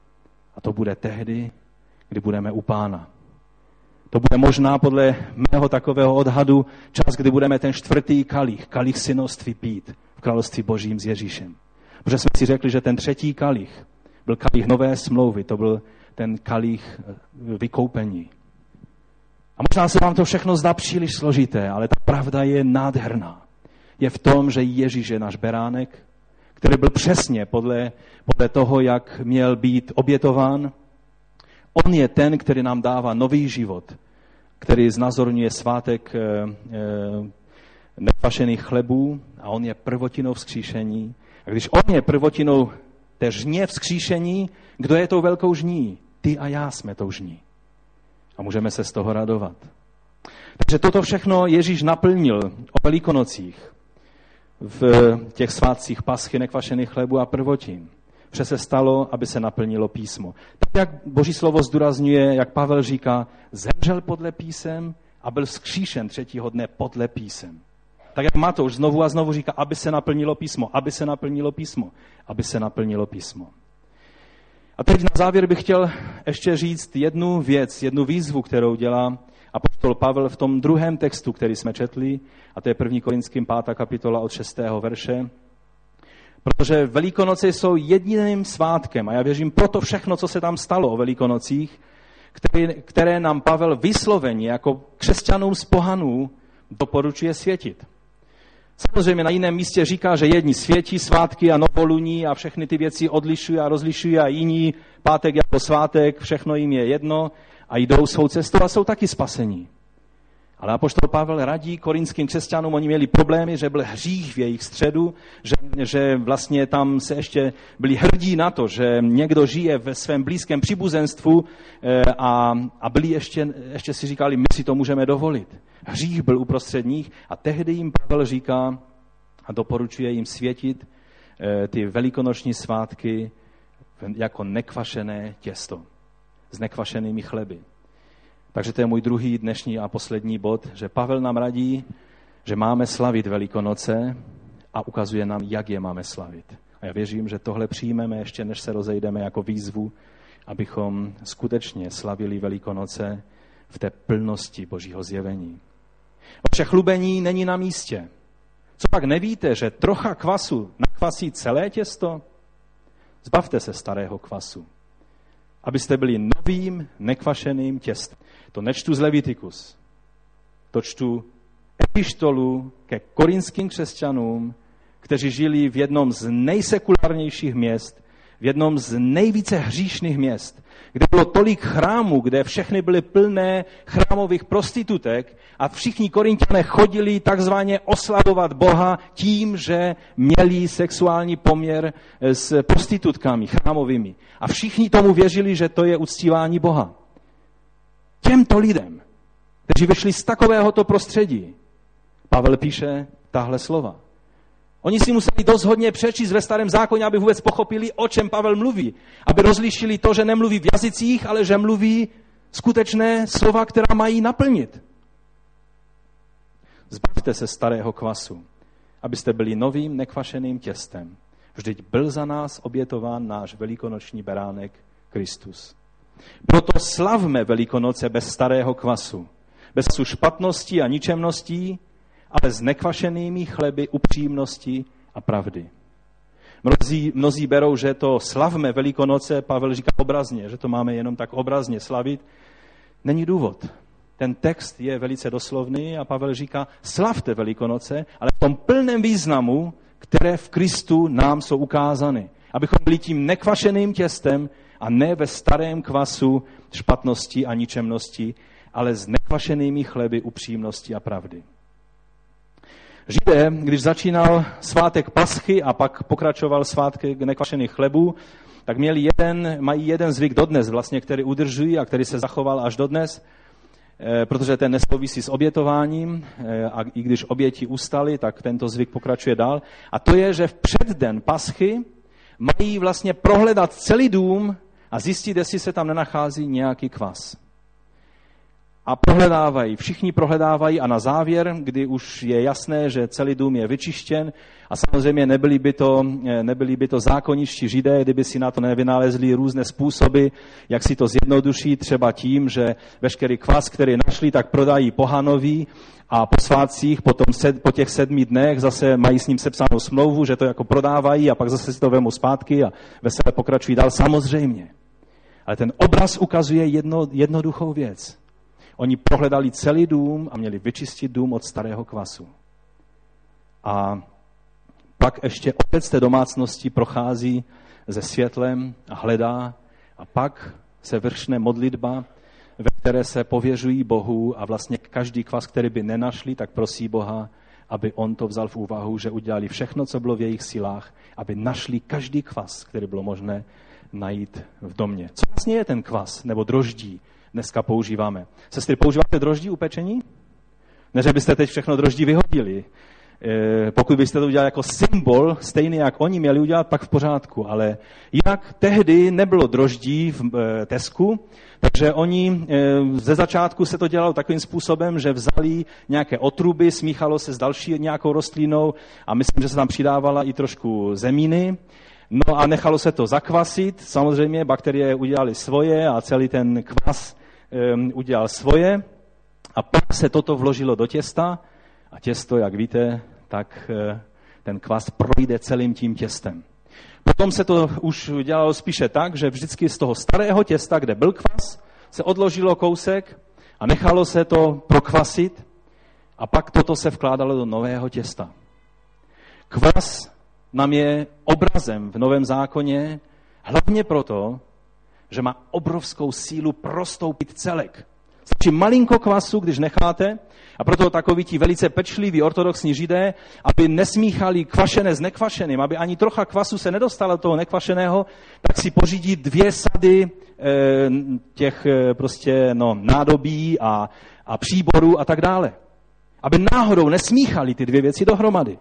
A to bude tehdy, kdy budeme u Pána. To bude možná podle mého takového odhadu čas, kdy budeme ten čtvrtý kalich, kalich synoství pít v království Božím s Ježíšem. Protože jsme si řekli, že ten třetí kalich byl kalich nové smlouvy, to byl ten kalich vykoupení. A možná se vám to všechno zdá příliš složité, ale ta pravda je nádherná. Je v tom, že Ježíš je náš beránek, který byl přesně podle, podle toho, jak měl být obětován. On je ten, který nám dává nový život, který znázorňuje svátek e, e, nekvašených chlebů a on je prvotinou vzkříšení. A když on je prvotinou té žně vzkříšení, kdo je tou velkou žní? Ty a já jsme tou žní. A můžeme se z toho radovat. Takže toto všechno Ježíš naplnil o Velikonocích v těch svátcích Paschy, nekvašených chlebů a prvotin. Vše se stalo, aby se naplnilo písmo. Tak jak Boží slovo zdůrazňuje, jak Pavel říká, zemřel podle písem a byl vzkříšen třetího dne podle písem. Tak jak Matouš znovu a znovu říká, aby se naplnilo písmo, aby se naplnilo písmo, aby se naplnilo písmo. A teď na závěr bych chtěl ještě říct jednu věc, jednu výzvu, kterou dělá apoštol Pavel v tom druhém textu, který jsme četli, a to je první Korinským pátá kapitola od šestého verše. Protože Velikonoce jsou jediným svátkem a já věřím proto všechno, co se tam stalo o Velikonocích, které, které nám Pavel vysloveně jako křesťanům z pohanů doporučuje světit. Samozřejmě na jiném místě říká, že jedni světí svátky a novoluní a všechny ty věci odlišují a rozlišují a jiní pátek jako svátek, všechno jim je jedno a jdou svou cestou a jsou taky spasení. Ale apoštol Pavel radí korinským křesťanům, oni měli problémy, že byl hřích v jejich středu, že, že vlastně tam se ještě byli hrdí na to, že někdo žije ve svém blízkém příbuzenstvu a, a byli ještě, ještě si říkali, my si to můžeme dovolit. Hřích byl uprostřed nich a tehdy jim Pavel říká a doporučuje jim světit ty velikonoční svátky jako nekvašené těsto s nekvašenými chleby. Takže to je můj druhý dnešní a poslední bod, že Pavel nám radí, že máme slavit Velikonoce a ukazuje nám, jak je máme slavit. A já věřím, že tohle přijmeme ještě, než se rozejdeme jako výzvu, abychom skutečně slavili Velikonoce v té plnosti Božího zjevení. Vaše chlubení není na místě. Co pak nevíte, že trocha kvasu nakvasí celé těsto? Zbavte se starého kvasu, abyste byli novým, nekvašeným těstem. To nečtu z Levitikus. To čtu epištolu ke korinským křesťanům, kteří žili v jednom z nejsekulárnějších měst, v jednom z nejvíce hříšných měst, kde bylo tolik chrámů, kde všechny byly plné chrámových prostitutek a všichni Korinťané chodili takzvaně oslavovat Boha tím, že měli sexuální poměr s prostitutkami chrámovými. A všichni tomu věřili, že to je uctívání Boha. Těmto lidem, kteří vyšli z takovéhoto prostředí, Pavel píše tahle slova. Oni si museli dost hodně přečíst ve Starém zákoně, aby vůbec pochopili, o čem Pavel mluví. Aby rozlišili to, že nemluví v jazycích, ale že mluví skutečné slova, která mají naplnit. Zbavte se starého kvasu, abyste byli novým nekvašeným těstem. Vždyť byl za nás obětován náš velikonoční beránek Kristus. Proto slavme Velikonoce bez starého kvasu, bez kvasu špatností a ničemností, ale s nekvašenými chleby upřímnosti a pravdy. Mnozí, mnozí berou, že to slavme Velikonoce, Pavel říká obrazně, že to máme jenom tak obrazně slavit. Není důvod. Ten text je velice doslovný a Pavel říká, slavte Velikonoce, ale v tom plném významu, které v Kristu nám jsou ukázány. Abychom byli tím nekvašeným těstem a ne ve starém kvasu špatnosti a ničemnosti, ale s nekvašenými chleby upřímnosti a pravdy. Židé, když začínal svátek Paschy a pak pokračoval svátek nekvašených chlebů, tak měli jeden, mají jeden zvyk dodnes, vlastně, který udržují a který se zachoval až dodnes, protože ten nesouvisí s obětováním a i když oběti ustaly, tak tento zvyk pokračuje dál. A to je, že v předden Paschy mají vlastně prohledat celý dům a zjistit, jestli se tam nenachází nějaký kvas. A prohledávají, všichni prohledávají a na závěr, kdy už je jasné, že celý dům je vyčištěn a samozřejmě nebyli by to, nebyli by to zákoničtí Židé, kdyby si na to nevynalezli různé způsoby, jak si to zjednoduší, třeba tím, že veškerý kvas, který našli, tak prodají pohanovi a po svátcích, potom sed, po těch sedmi dnech zase mají s ním sepsanou smlouvu, že to jako prodávají a pak zase si to vemou zpátky a veselé pokračují dál. Samozřejmě. Ale ten obraz ukazuje jedno, jednoduchou věc. Oni prohledali celý dům a měli vyčistit dům od starého kvasu. A pak ještě otec té domácnosti prochází se světlem a hledá a pak se vršne modlitba, ve které se pověřují Bohu a vlastně každý kvas, který by nenašli, tak prosí Boha, aby on to vzal v úvahu, že udělali všechno, co bylo v jejich silách, aby našli každý kvas, který bylo možné najít v domě. Co vlastně je ten kvas nebo droždí? Dneska používáme. Sestry, používáte droždí u pečení? Ne, že byste teď všechno droždí vyhodili. E, pokud byste to udělali jako symbol, stejný jak oni měli udělat, pak v pořádku. Ale jinak tehdy nebylo droždí v e, Tesku, takže oni e, ze začátku se to dělalo takovým způsobem, že vzali nějaké otruby, smíchalo se s další nějakou rostlinou a myslím, že se tam přidávala i trošku zeminy. No a nechalo se to zakvasit, samozřejmě bakterie udělaly svoje a celý ten kvas um, udělal svoje a pak se toto vložilo do těsta a těsto, jak víte, tak uh, ten kvas projde celým tím těstem. Potom se to už dělalo spíše tak, že vždycky z toho starého těsta, kde byl kvas, se odložilo kousek a nechalo se to prokvasit a pak toto se vkládalo do nového těsta. Kvas nám je obrazem v Novém zákoně hlavně proto, že má obrovskou sílu prostoupit celek. Stačí malinko kvasu, když necháte, a proto takoví ti velice pečliví ortodoxní židé, aby nesmíchali kvašené s nekvašeným, aby ani trocha kvasu se nedostalo do toho nekvašeného, tak si pořídí dvě sady e, těch e, prostě no, nádobí a, a příborů a tak dále. Aby náhodou nesmíchali ty dvě věci dohromady.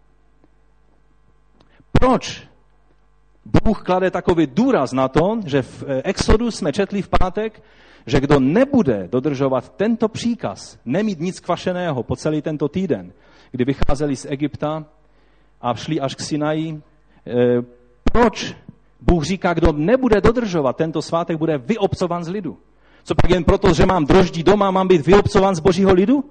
Proč Bůh klade takový důraz na to, že v Exodu jsme četli v pátek, že kdo nebude dodržovat tento příkaz, nemít nic kvašeného po celý tento týden, kdy vycházeli z Egypta a šli až k Sinaji, eh, proč Bůh říká, kdo nebude dodržovat tento svátek, bude vyobcovan z lidu? Co pak jen proto, že mám droždí doma, mám být vyobcovan z božího lidu?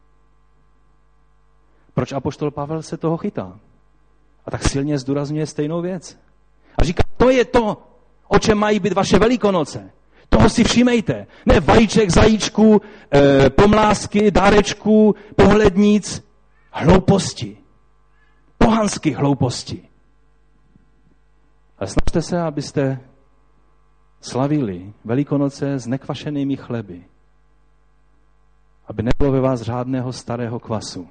Proč apoštol Pavel se toho chytá? A tak silně zdůrazňuje stejnou věc. A říká, to je to, o čem mají být vaše Velikonoce. Toho si všimejte. Ne vajíček, zajíčku, eh, pomlásky, dárečku, pohlednic, hlouposti. Pohanských hlouposti. Ale snažte se, abyste slavili Velikonoce s nekvašenými chleby. Aby nebylo ve vás žádného starého kvasu.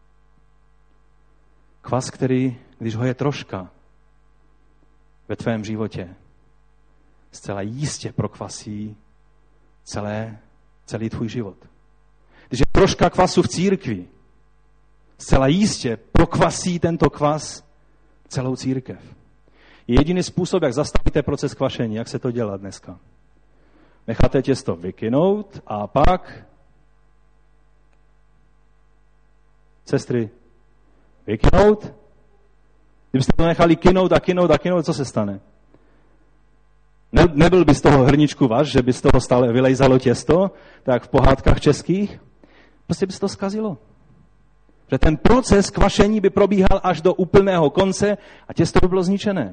Kvas, který, když ho je troška ve tvém životě, zcela jistě prokvasí celé, celý tvůj život. Když je troška kvasu v církvi, zcela jistě prokvasí tento kvas celou církev. Je jediný způsob, jak zastavíte proces kvašení, jak se to dělá dneska. Necháte těsto vykynout a pak sestry, vykynout. Kdybyste to nechali kynout a kynout a kynout, co se stane? Ne, nebyl by z toho hrničku vaš, že by z toho stále vylejzalo těsto, tak v pohádkách českých? Prostě by se to zkazilo. Že ten proces kvašení by probíhal až do úplného konce a těsto by bylo zničené.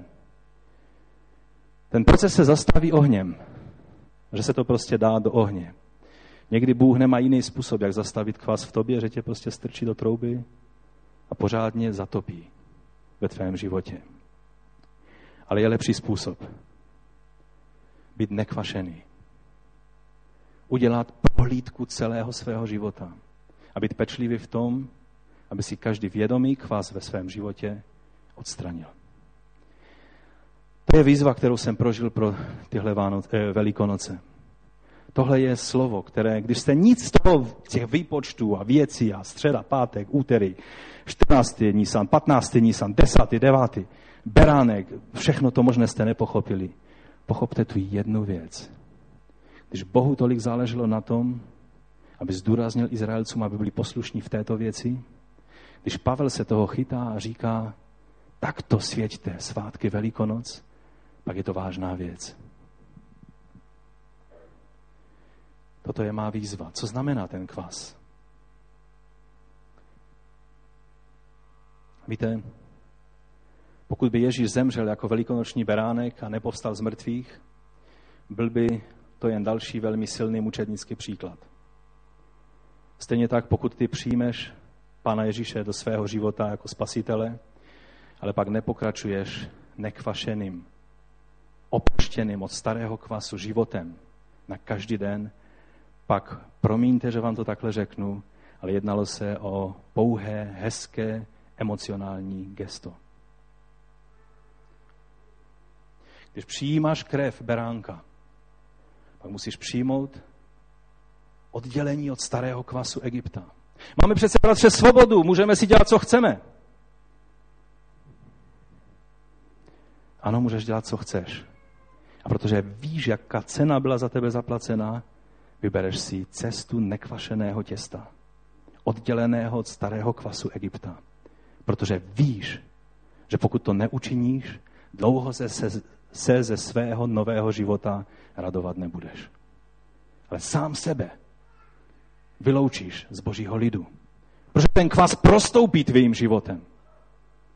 Ten proces se zastaví ohněm. Že se to prostě dá do ohně. Někdy Bůh nemá jiný způsob, jak zastavit kvas v tobě, že tě prostě strčí do trouby a pořádně zatopí ve tvém životě. Ale je lepší způsob. Být nekvašený. Udělat prohlídku celého svého života. A být pečlivý v tom, aby si každý vědomý kvas ve svém životě odstranil. To je výzva, kterou jsem prožil pro tyhle Vánoc, eh, Velikonoce. Tohle je slovo, které, když jste nic z toho, těch výpočtů a věcí a středa, pátek, úterý, čtrnáctý Nisan, patnáctý Nisan, desátý, devátý, beránek, všechno to možné jste nepochopili. Pochopte tu jednu věc. Když Bohu tolik záleželo na tom, aby zdůraznil Izraelcům, aby byli poslušní v této věci, když Pavel se toho chytá a říká, tak to svěťte svátky Velikonoc, pak je to vážná věc. Toto je má výzva. Co znamená ten kvas? Víte, pokud by Ježíš zemřel jako velikonoční beránek a nepovstal z mrtvých, byl by to jen další velmi silný mučednický příklad. Stejně tak, pokud ty přijmeš Pána Ježíše do svého života jako spasitele, ale pak nepokračuješ nekvašeným, opuštěným od starého kvasu životem na každý den, pak promiňte, že vám to takhle řeknu, ale jednalo se o pouhé, hezké, emocionální gesto. Když přijímáš krev beránka, pak musíš přijmout oddělení od starého kvasu Egypta. Máme přece, bratře, svobodu, můžeme si dělat, co chceme. Ano, můžeš dělat, co chceš. A protože víš, jaká cena byla za tebe zaplacená, vybereš si cestu nekvašeného těsta, odděleného od starého kvasu Egypta. Protože víš, že pokud to neučiníš, dlouho se, se, se ze svého nového života radovat nebudeš. Ale sám sebe vyloučíš z božího lidu. Protože ten kvas prostoupí tvým životem.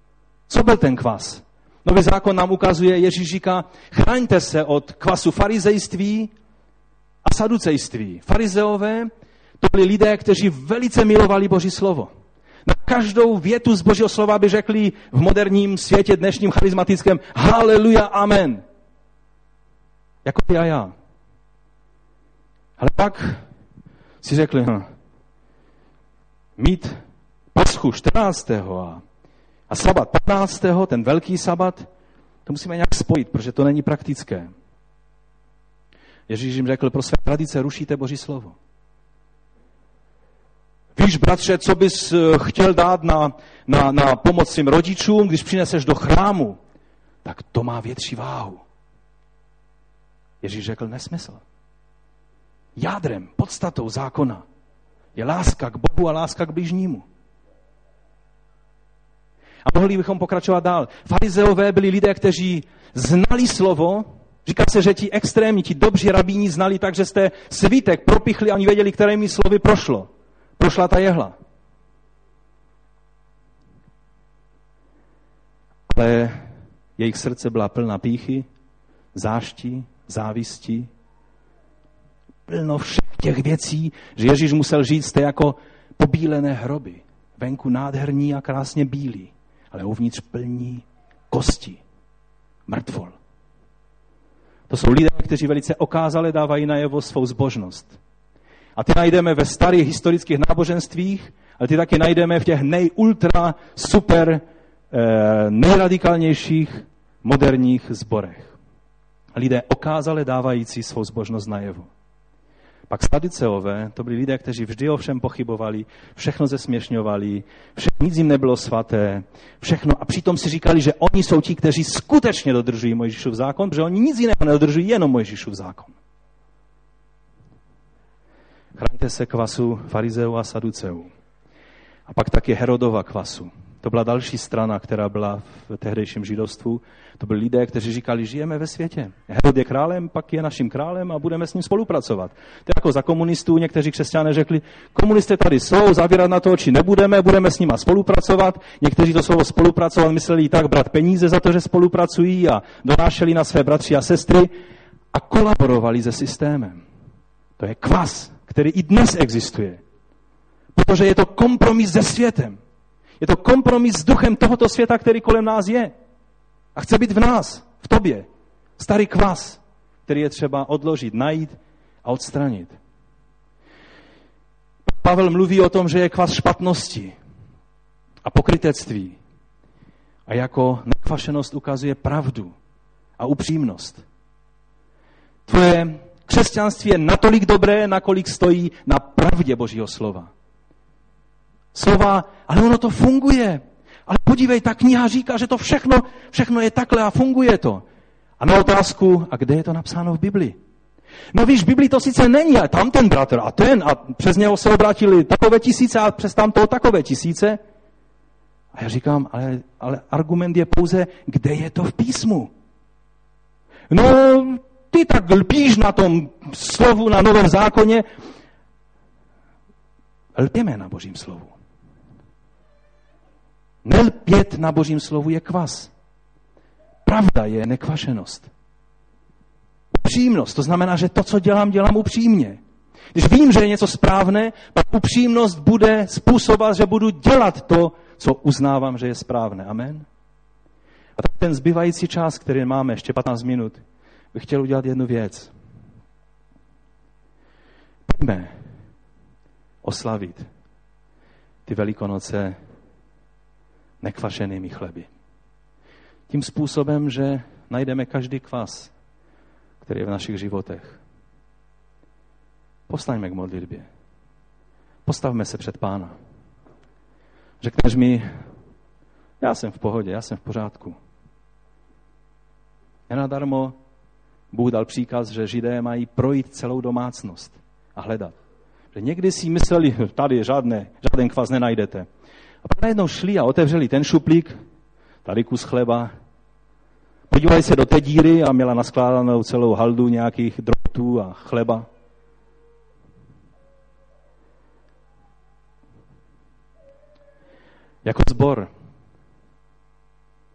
Co byl ten kvas? Nový zákon nám ukazuje, Ježíš říká, chraňte se od kvasu farizejství a saducejství. Farizeové to byli lidé, kteří velice milovali Boží slovo. Na každou větu z Božího slova by řekli v moderním světě dnešním charismatickém haleluja, amen. Jako ty a já. Ale pak si řekli, hm, mít Paschu čtrnáctého a, a sabat patnáctého, ten velký sabat, to musíme nějak spojit, protože to není praktické. Ježíš jim řekl, pro své tradice rušíte Boží slovo. Víš, bratře, co bys chtěl dát na, na, na pomoc svým rodičům, když přineseš do chrámu, tak to má větší váhu. Ježíš řekl, nesmysl. Jádrem, podstatou zákona je láska k Bohu a láska k bližnímu. A mohli bychom pokračovat dál. Farizeové byli lidé, kteří znali slovo. Říká se, že ti extrémní, ti dobří rabíni znali tak, že jste svítek propichli a oni věděli, kterými slovy prošlo. Prošla ta jehla. Ale jejich srdce byla plná pýchy, záští, závisti, plno všech těch věcí, že Ježíš musel žít jste jako pobílené hroby. Venku nádherní a krásně bílí, ale uvnitř plní kosti, mrtvol. To jsou lidé, kteří velice okázale dávají najevo svou zbožnost. A ty najdeme ve starých historických náboženstvích, ale ty taky najdeme v těch nejultra super, eh, nejradikálnějších moderních sborech. Lidé okázale dávající svou zbožnost najevo. Pak saduceové, to byli lidé, kteří vždy o všem pochybovali, všechno zesměšňovali, vše, nic jim nebylo svaté, všechno. A přitom si říkali, že oni jsou ti, kteří skutečně dodržují Mojžíšův zákon, protože oni nic jiného nedodržují, jenom Mojžíšův zákon. Chraňte se kvasu farizeů a saduceů. A pak taky Herodova kvasu. To byla další strana, která byla v tehdejším židovstvu. To byli lidé, kteří říkali, žijeme ve světě. Herod je králem, pak je naším králem a budeme s ním spolupracovat. To je jako za komunistů, někteří křesťané řekli, komunisté tady jsou, zavírat na to oči nebudeme, budeme s nima spolupracovat. Někteří to slovo spolupracovat mysleli i tak brát peníze za to, že spolupracují a donášeli na své bratři a sestry a kolaborovali se systémem. To je kvas, který i dnes existuje. Protože je to kompromis se světem. Je to kompromis s duchem tohoto světa, který kolem nás je. A chce být v nás, v tobě. Starý kvas, který je třeba odložit, najít a odstranit. Pavel mluví o tom, že je kvas špatnosti a pokrytectví. A jako nekvašenost ukazuje pravdu a upřímnost. Tvoje křesťanství je natolik dobré, nakolik stojí na pravdě Božího slova. Slova, ale ono to funguje. Ale podívej, ta kniha říká, že to všechno, všechno je takhle a funguje to. A na otázku, a kde je to napsáno v Biblii? No víš, v Biblii to sice není, ale tam ten bratr a ten a přes něho se obrátili takové tisíce a přes tamto takové tisíce. A já říkám, ale, ale argument je pouze, kde je to v písmu? No, ty tak lpíš na tom slovu, na Novém zákoně. Lpěme na Božím slovu. Nelpět na Božím slovu je kvas. Pravda je nekvašenost. Upřímnost, to znamená, že to, co dělám, dělám upřímně. Když vím, že je něco správné, pak upřímnost bude způsobovat, že budu dělat to, co uznávám, že je správné. Amen. A tak ten zbývající čas, který máme, ještě patnáct minut, bych chtěl udělat jednu věc. Pojďme oslavit ty Velikonoce nekvašenými chleby. Tím způsobem, že najdeme každý kvas, který je v našich životech. Povstaňme k modlitbě. Postavme se před Pána. Řekneš mi, já jsem v pohodě, já jsem v pořádku. Nenadarmo Bůh dal příkaz, že Židé mají projít celou domácnost a hledat. Že někdy si mysleli, tady žádné, žádný kvas nenajdete. A pak najednou šli a otevřeli ten šuplík, tady kus chleba. Podívali se do té díry a měla naskládanou celou haldu nějakých drobtů a chleba. Jako sbor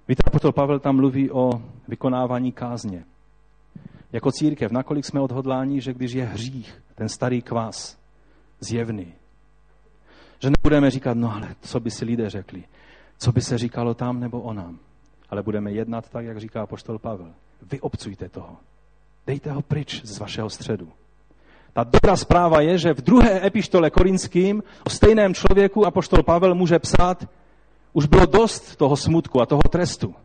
Víte, apoštol Pavel tam mluví o vykonávání kázně. Jako církev, nakolik jsme odhodláni, že když je hřích, ten starý kvás, zjevný, že nebudeme říkat, no ale co by si lidé řekli, co by se říkalo tam nebo o nám, ale budeme jednat tak, jak říká apoštol Pavel. Vyobcujte toho. Dejte ho pryč z vašeho středu. Ta dobrá zpráva je, že v druhé epištole Korinským o stejném člověku apoštol Pavel může psát, už bylo dost toho smutku a toho trestu.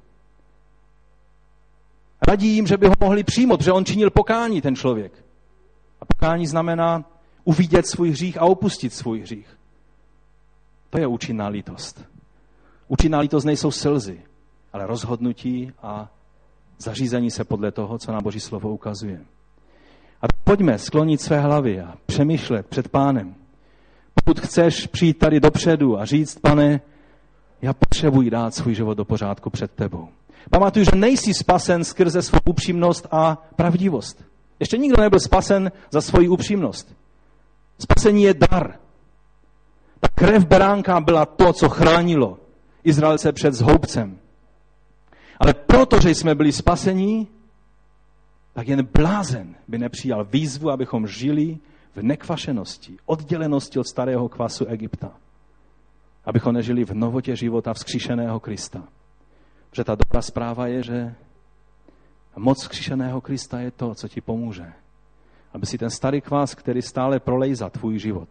Radí jim, že by ho mohli přijmout, protože on činil pokání, ten člověk. A pokání znamená uvidět svůj hřích a opustit svůj hřích. To je účinná lítost. Účinná lítost nejsou slzy, ale rozhodnutí a zařízení se podle toho, co nám Boží slovo ukazuje. A tak pojďme sklonit své hlavy a přemýšlet před Pánem. Pokud chceš přijít tady dopředu a říct, Pane, já potřebuji dát svůj život do pořádku před tebou. Pamatuj, že nejsi spasen skrze svou upřímnost a pravdivost. Ještě nikdo nebyl spasen za svoji upřímnost. Spasení je dar. Ta krev beránka byla to, co chránilo Izraelce před zhoubcem. Ale protože jsme byli spasení, tak jen blázen by nepřijal výzvu, abychom žili v nekvašenosti, oddělenosti od starého kvasu Egypta. Abychom nežili v novotě života vzkříšeného Krista. Protože ta dobrá zpráva je, že moc vzkříšeného Krista je to, co ti pomůže. Aby si ten starý kvás, který stále prolejza tvůj život,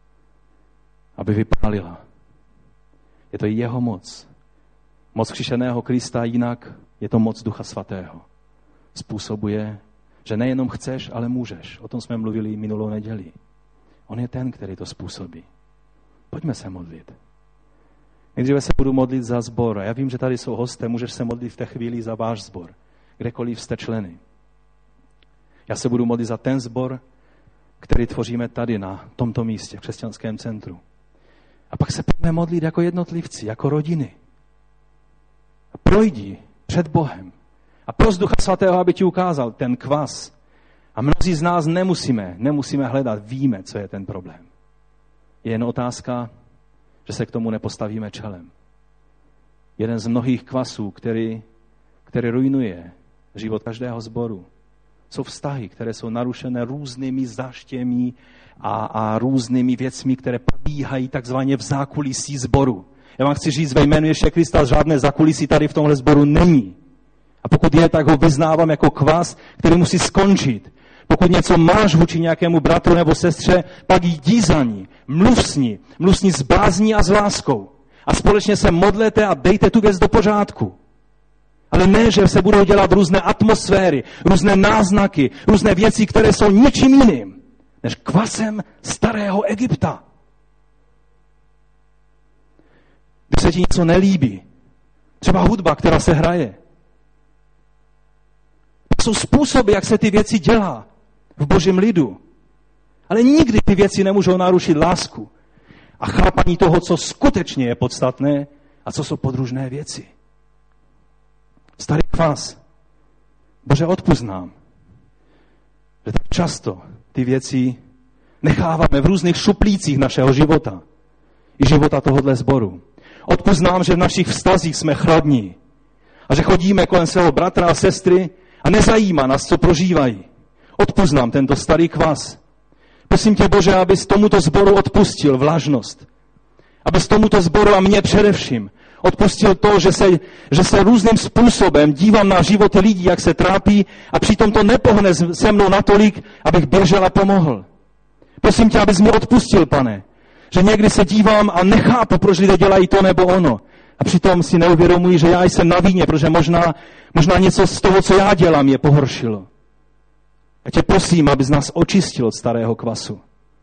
aby vypálila. Je to jeho moc. Moc vzkříšeného Krista, jinak je to moc Ducha Svatého. Způsobuje, že nejenom chceš, ale můžeš. O tom jsme mluvili minulou neděli. On je ten, který to způsobí. Pojďme se modlit. Nejdříve se budu modlit za sbor. Já vím, že tady jsou hosté, můžeš se modlit v té chvíli za váš sbor. Kdekoliv jste členy. Já se budu modlit za ten sbor, který tvoříme tady na tomto místě, v křesťanském centru. A pak se pojďme modlit jako jednotlivci, jako rodiny. A projdi před Bohem. A pros Ducha Svatého, aby ti ukázal ten kvas. A mnozí z nás nemusíme, nemusíme hledat, víme, co je ten problém. Je jen otázka, že se k tomu nepostavíme čelem. Jeden z mnohých kvasů, který, který ruinuje život každého sboru, jsou vztahy, které jsou narušené různými záštěmi a, a různými věcmi, které probíhají takzvaně v zákulisí sboru. Já vám chci říct, ve jménu Ježíše Krista, žádné zákulisí tady v tomhle sboru není. A pokud je, tak ho vyznávám jako kvas, který musí skončit. Pokud něco máš vůči nějakému bratru nebo sestře, pak jdi za ní, mluv s ní, mluv s ní s bázní a s láskou. A společně se modlete a dejte tu věc do pořádku. Ale ne, že se budou dělat různé atmosféry, různé náznaky, různé věci, které jsou ničím jiným, než kvasem starého Egypta. Když se ti něco nelíbí, třeba hudba, která se hraje, jsou způsoby, jak se ty věci dělá v Božím lidu. Ale nikdy ty věci nemůžou narušit lásku a chápání toho, co skutečně je podstatné a co jsou podružné věci. Starý kvas. Bože, odpusť nám, že tak často ty věci necháváme v různých šuplících našeho života i života tohohle sboru. Odpusť nám, že v našich vztazích jsme chladní a že chodíme kolem svého bratra a sestry a nezajímá nás, co prožívají. Odpusť nám tento starý kvas. Prosím tě, Bože, abys tomuto sboru odpustil vlažnost. Abys tomuto sboru a mně především odpustil to, že se, že se různým způsobem dívám na životy lidí, jak se trápí a přitom to nepohne se mnou natolik, abych běžel a pomohl. Prosím tě, abys mi odpustil, Pane, že někdy se dívám a nechápu, proč lidé dělají to nebo ono. A přitom si neuvědomuji, že já jsem na víně, protože možná, možná něco z toho, co já dělám, je pohoršilo. Já tě prosím, abys nás očistil od starého kvasu.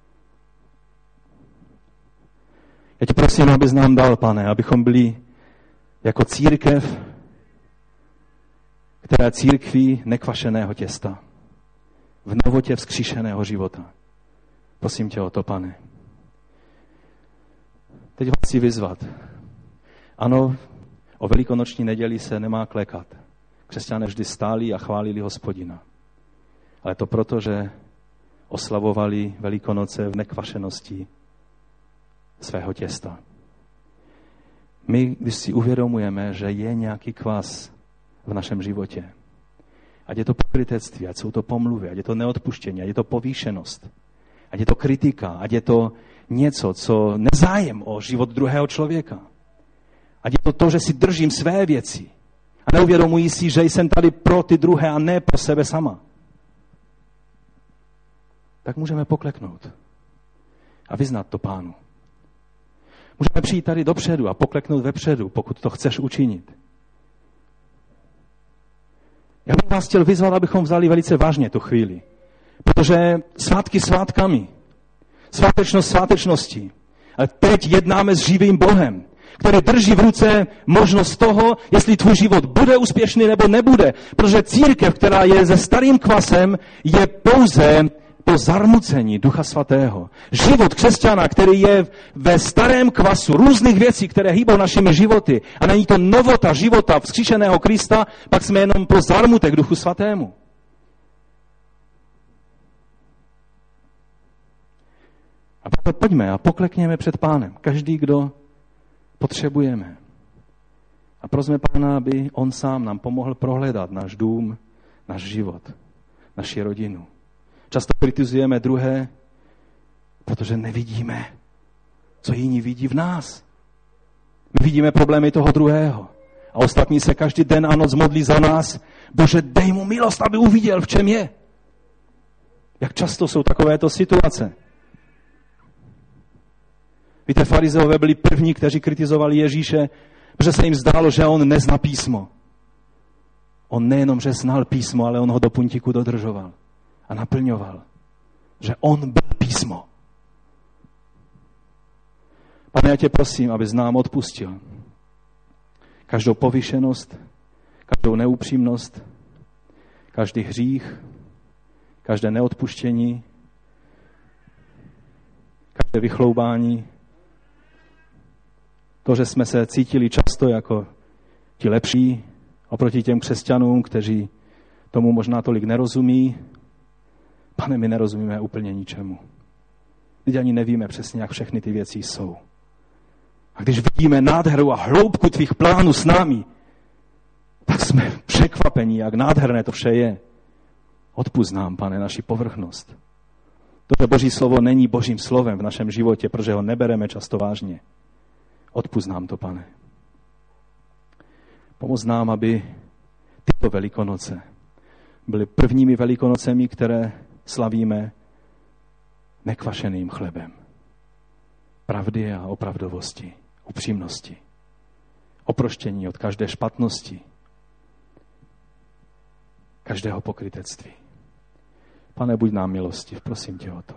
Já tě prosím, abys nám dal, Pane, abychom byli jako církev, která je církví nekvašeného těsta, v novotě vzkříšeného života. Prosím tě o to, Pane. Teď vás chci vyzvat. Ano, o velikonoční neděli se nemá klekat. Křesťané vždy stáli a chválili Hospodina. Ale to proto, že oslavovali Velikonoce v nekvašenosti svého těsta. My, když si uvědomujeme, že je nějaký kvas v našem životě, ať je to pokrytectví, ať jsou to pomluvy, ať je to neodpuštění, ať je to povýšenost, ať je to kritika, ať je to něco, co nezájem o život druhého člověka. Ať je to to, že si držím své věci a neuvědomuji si, že jsem tady pro ty druhé a ne pro sebe sama. Tak můžeme pokleknout a vyznat to Pánu. Můžeme přijít tady dopředu a pokleknout vepředu, pokud to chceš učinit. Já bych vás chtěl vyzvat, abychom vzali velice vážně tu chvíli. Protože svátky svátkami, svátečnost svátečností, ale teď jednáme s živým Bohem, který drží v ruce možnost toho, jestli tvůj život bude úspěšný nebo nebude. Protože církev, která je se starým kvasem, je pouze to zarmucení Ducha Svatého. Život křesťana, který je ve starém kvasu různých věcí, které hýbou našimi životy, a není to novota života vzkříšeného Krista, pak jsme jenom pro zarmutek Duchu Svatému. A proto pojďme a poklekněme před Pánem. Každý, kdo potřebujeme. A prosme Pána, aby on sám nám pomohl prohledat náš dům, náš život, naši rodinu. Často kritizujeme druhé, protože nevidíme, co jiní vidí v nás. My vidíme problémy toho druhého. A ostatní se každý den a noc modlí za nás. Bože, dej mu milost, aby uviděl, v čem je. Jak často jsou takovéto situace. Víte, farizeové byli první, kteří kritizovali Ježíše, protože se jim zdálo, že on nezná písmo. On nejenom, že znal písmo, ale on ho do puntíku dodržoval a naplňoval. Že on byl písmo. Pane, já tě prosím, abys nám odpustil každou povyšenost, každou neupřímnost, každý hřích, každé neodpuštění, každé vychloubání. To, že jsme se cítili často jako ti lepší oproti těm křesťanům, kteří tomu možná tolik nerozumí. Pane, my nerozumíme úplně ničemu. Teď ani nevíme přesně, jak všechny ty věci jsou. A když vidíme nádheru a hloubku tvých plánů s námi, tak jsme překvapení, jak nádherné to vše je. Odpusť nám, Pane, naši povrchnost. To, že Boží slovo není Božím slovem v našem životě, protože ho nebereme často vážně. Odpusť nám to, Pane. Pomoz nám, aby tyto Velikonoce byly prvními Velikonocemi, které slavíme nekvašeným chlebem. Pravdy a opravdovosti, upřímnosti, oproštění od každé špatnosti, každého pokrytectví. Pane, buď nám milostiv, prosím tě o to.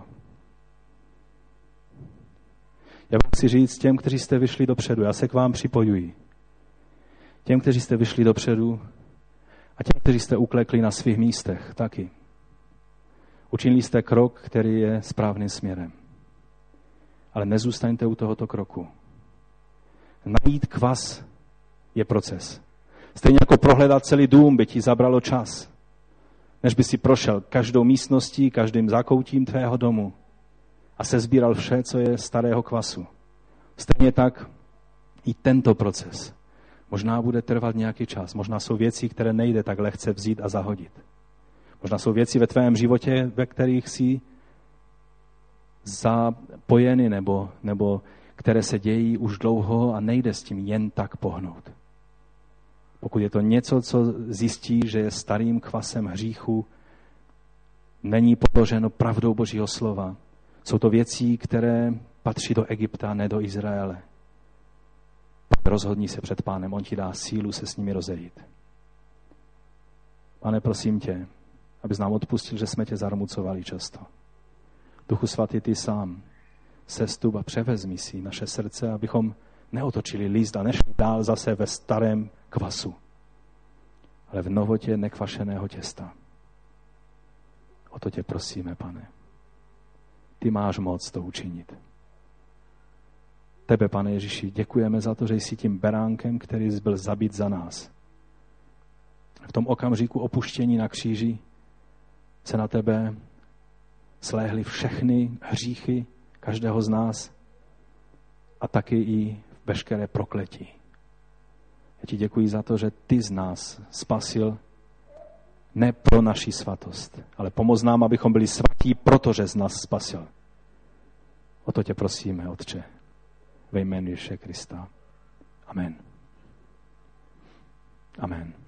Já vám chci říct těm, kteří jste vyšli dopředu, já se k vám připojuji. Těm, kteří jste vyšli dopředu a těm, kteří jste uklekli na svých místech taky. Učinili jste krok, který je správným směrem. Ale nezůstaňte u tohoto kroku. Najít kvas je proces. Stejně jako prohledat celý dům by ti zabralo čas, než by si prošel každou místností, každým zákoutím tvého domu a sesbíral vše, co je starého kvasu. Stejně tak i tento proces možná bude trvat nějaký čas. Možná jsou věci, které nejde tak lehce vzít a zahodit. Možná jsou věci ve tvém životě, ve kterých jsi zapojeny nebo, nebo které se dějí už dlouho a nejde s tím jen tak pohnout. Pokud je to něco, co zjistí, že je starým kvasem hříchu, není podloženo pravdou Božího slova. Jsou to věci, které patří do Egypta, ne do Izraele. Rozhodni se před Pánem, on ti dá sílu se s nimi rozejít. Pane, prosím tě, abys nám odpustil, že jsme tě zarmucovali často. Duchu svatý, ty sám sestup a převezmi si naše srdce, abychom neotočili líst a nešli dál zase ve starém kvasu, ale v novotě nekvašeného těsta. O to tě prosíme, Pane. Ty máš moc to učinit. Tebe, Pane Ježíši, děkujeme za to, že jsi tím beránkem, který byl zabit za nás. V tom okamžiku opuštění na kříži se na tebe sléhly všechny hříchy každého z nás a taky i veškeré prokletí. Já ti děkuji za to, že ty z nás spasil ne pro naši svatost, ale pomoz nám, abychom byli svatí, protože z nás spasil. O to tě prosíme, Otče, ve jménu Ježíše Krista. Amen. Amen.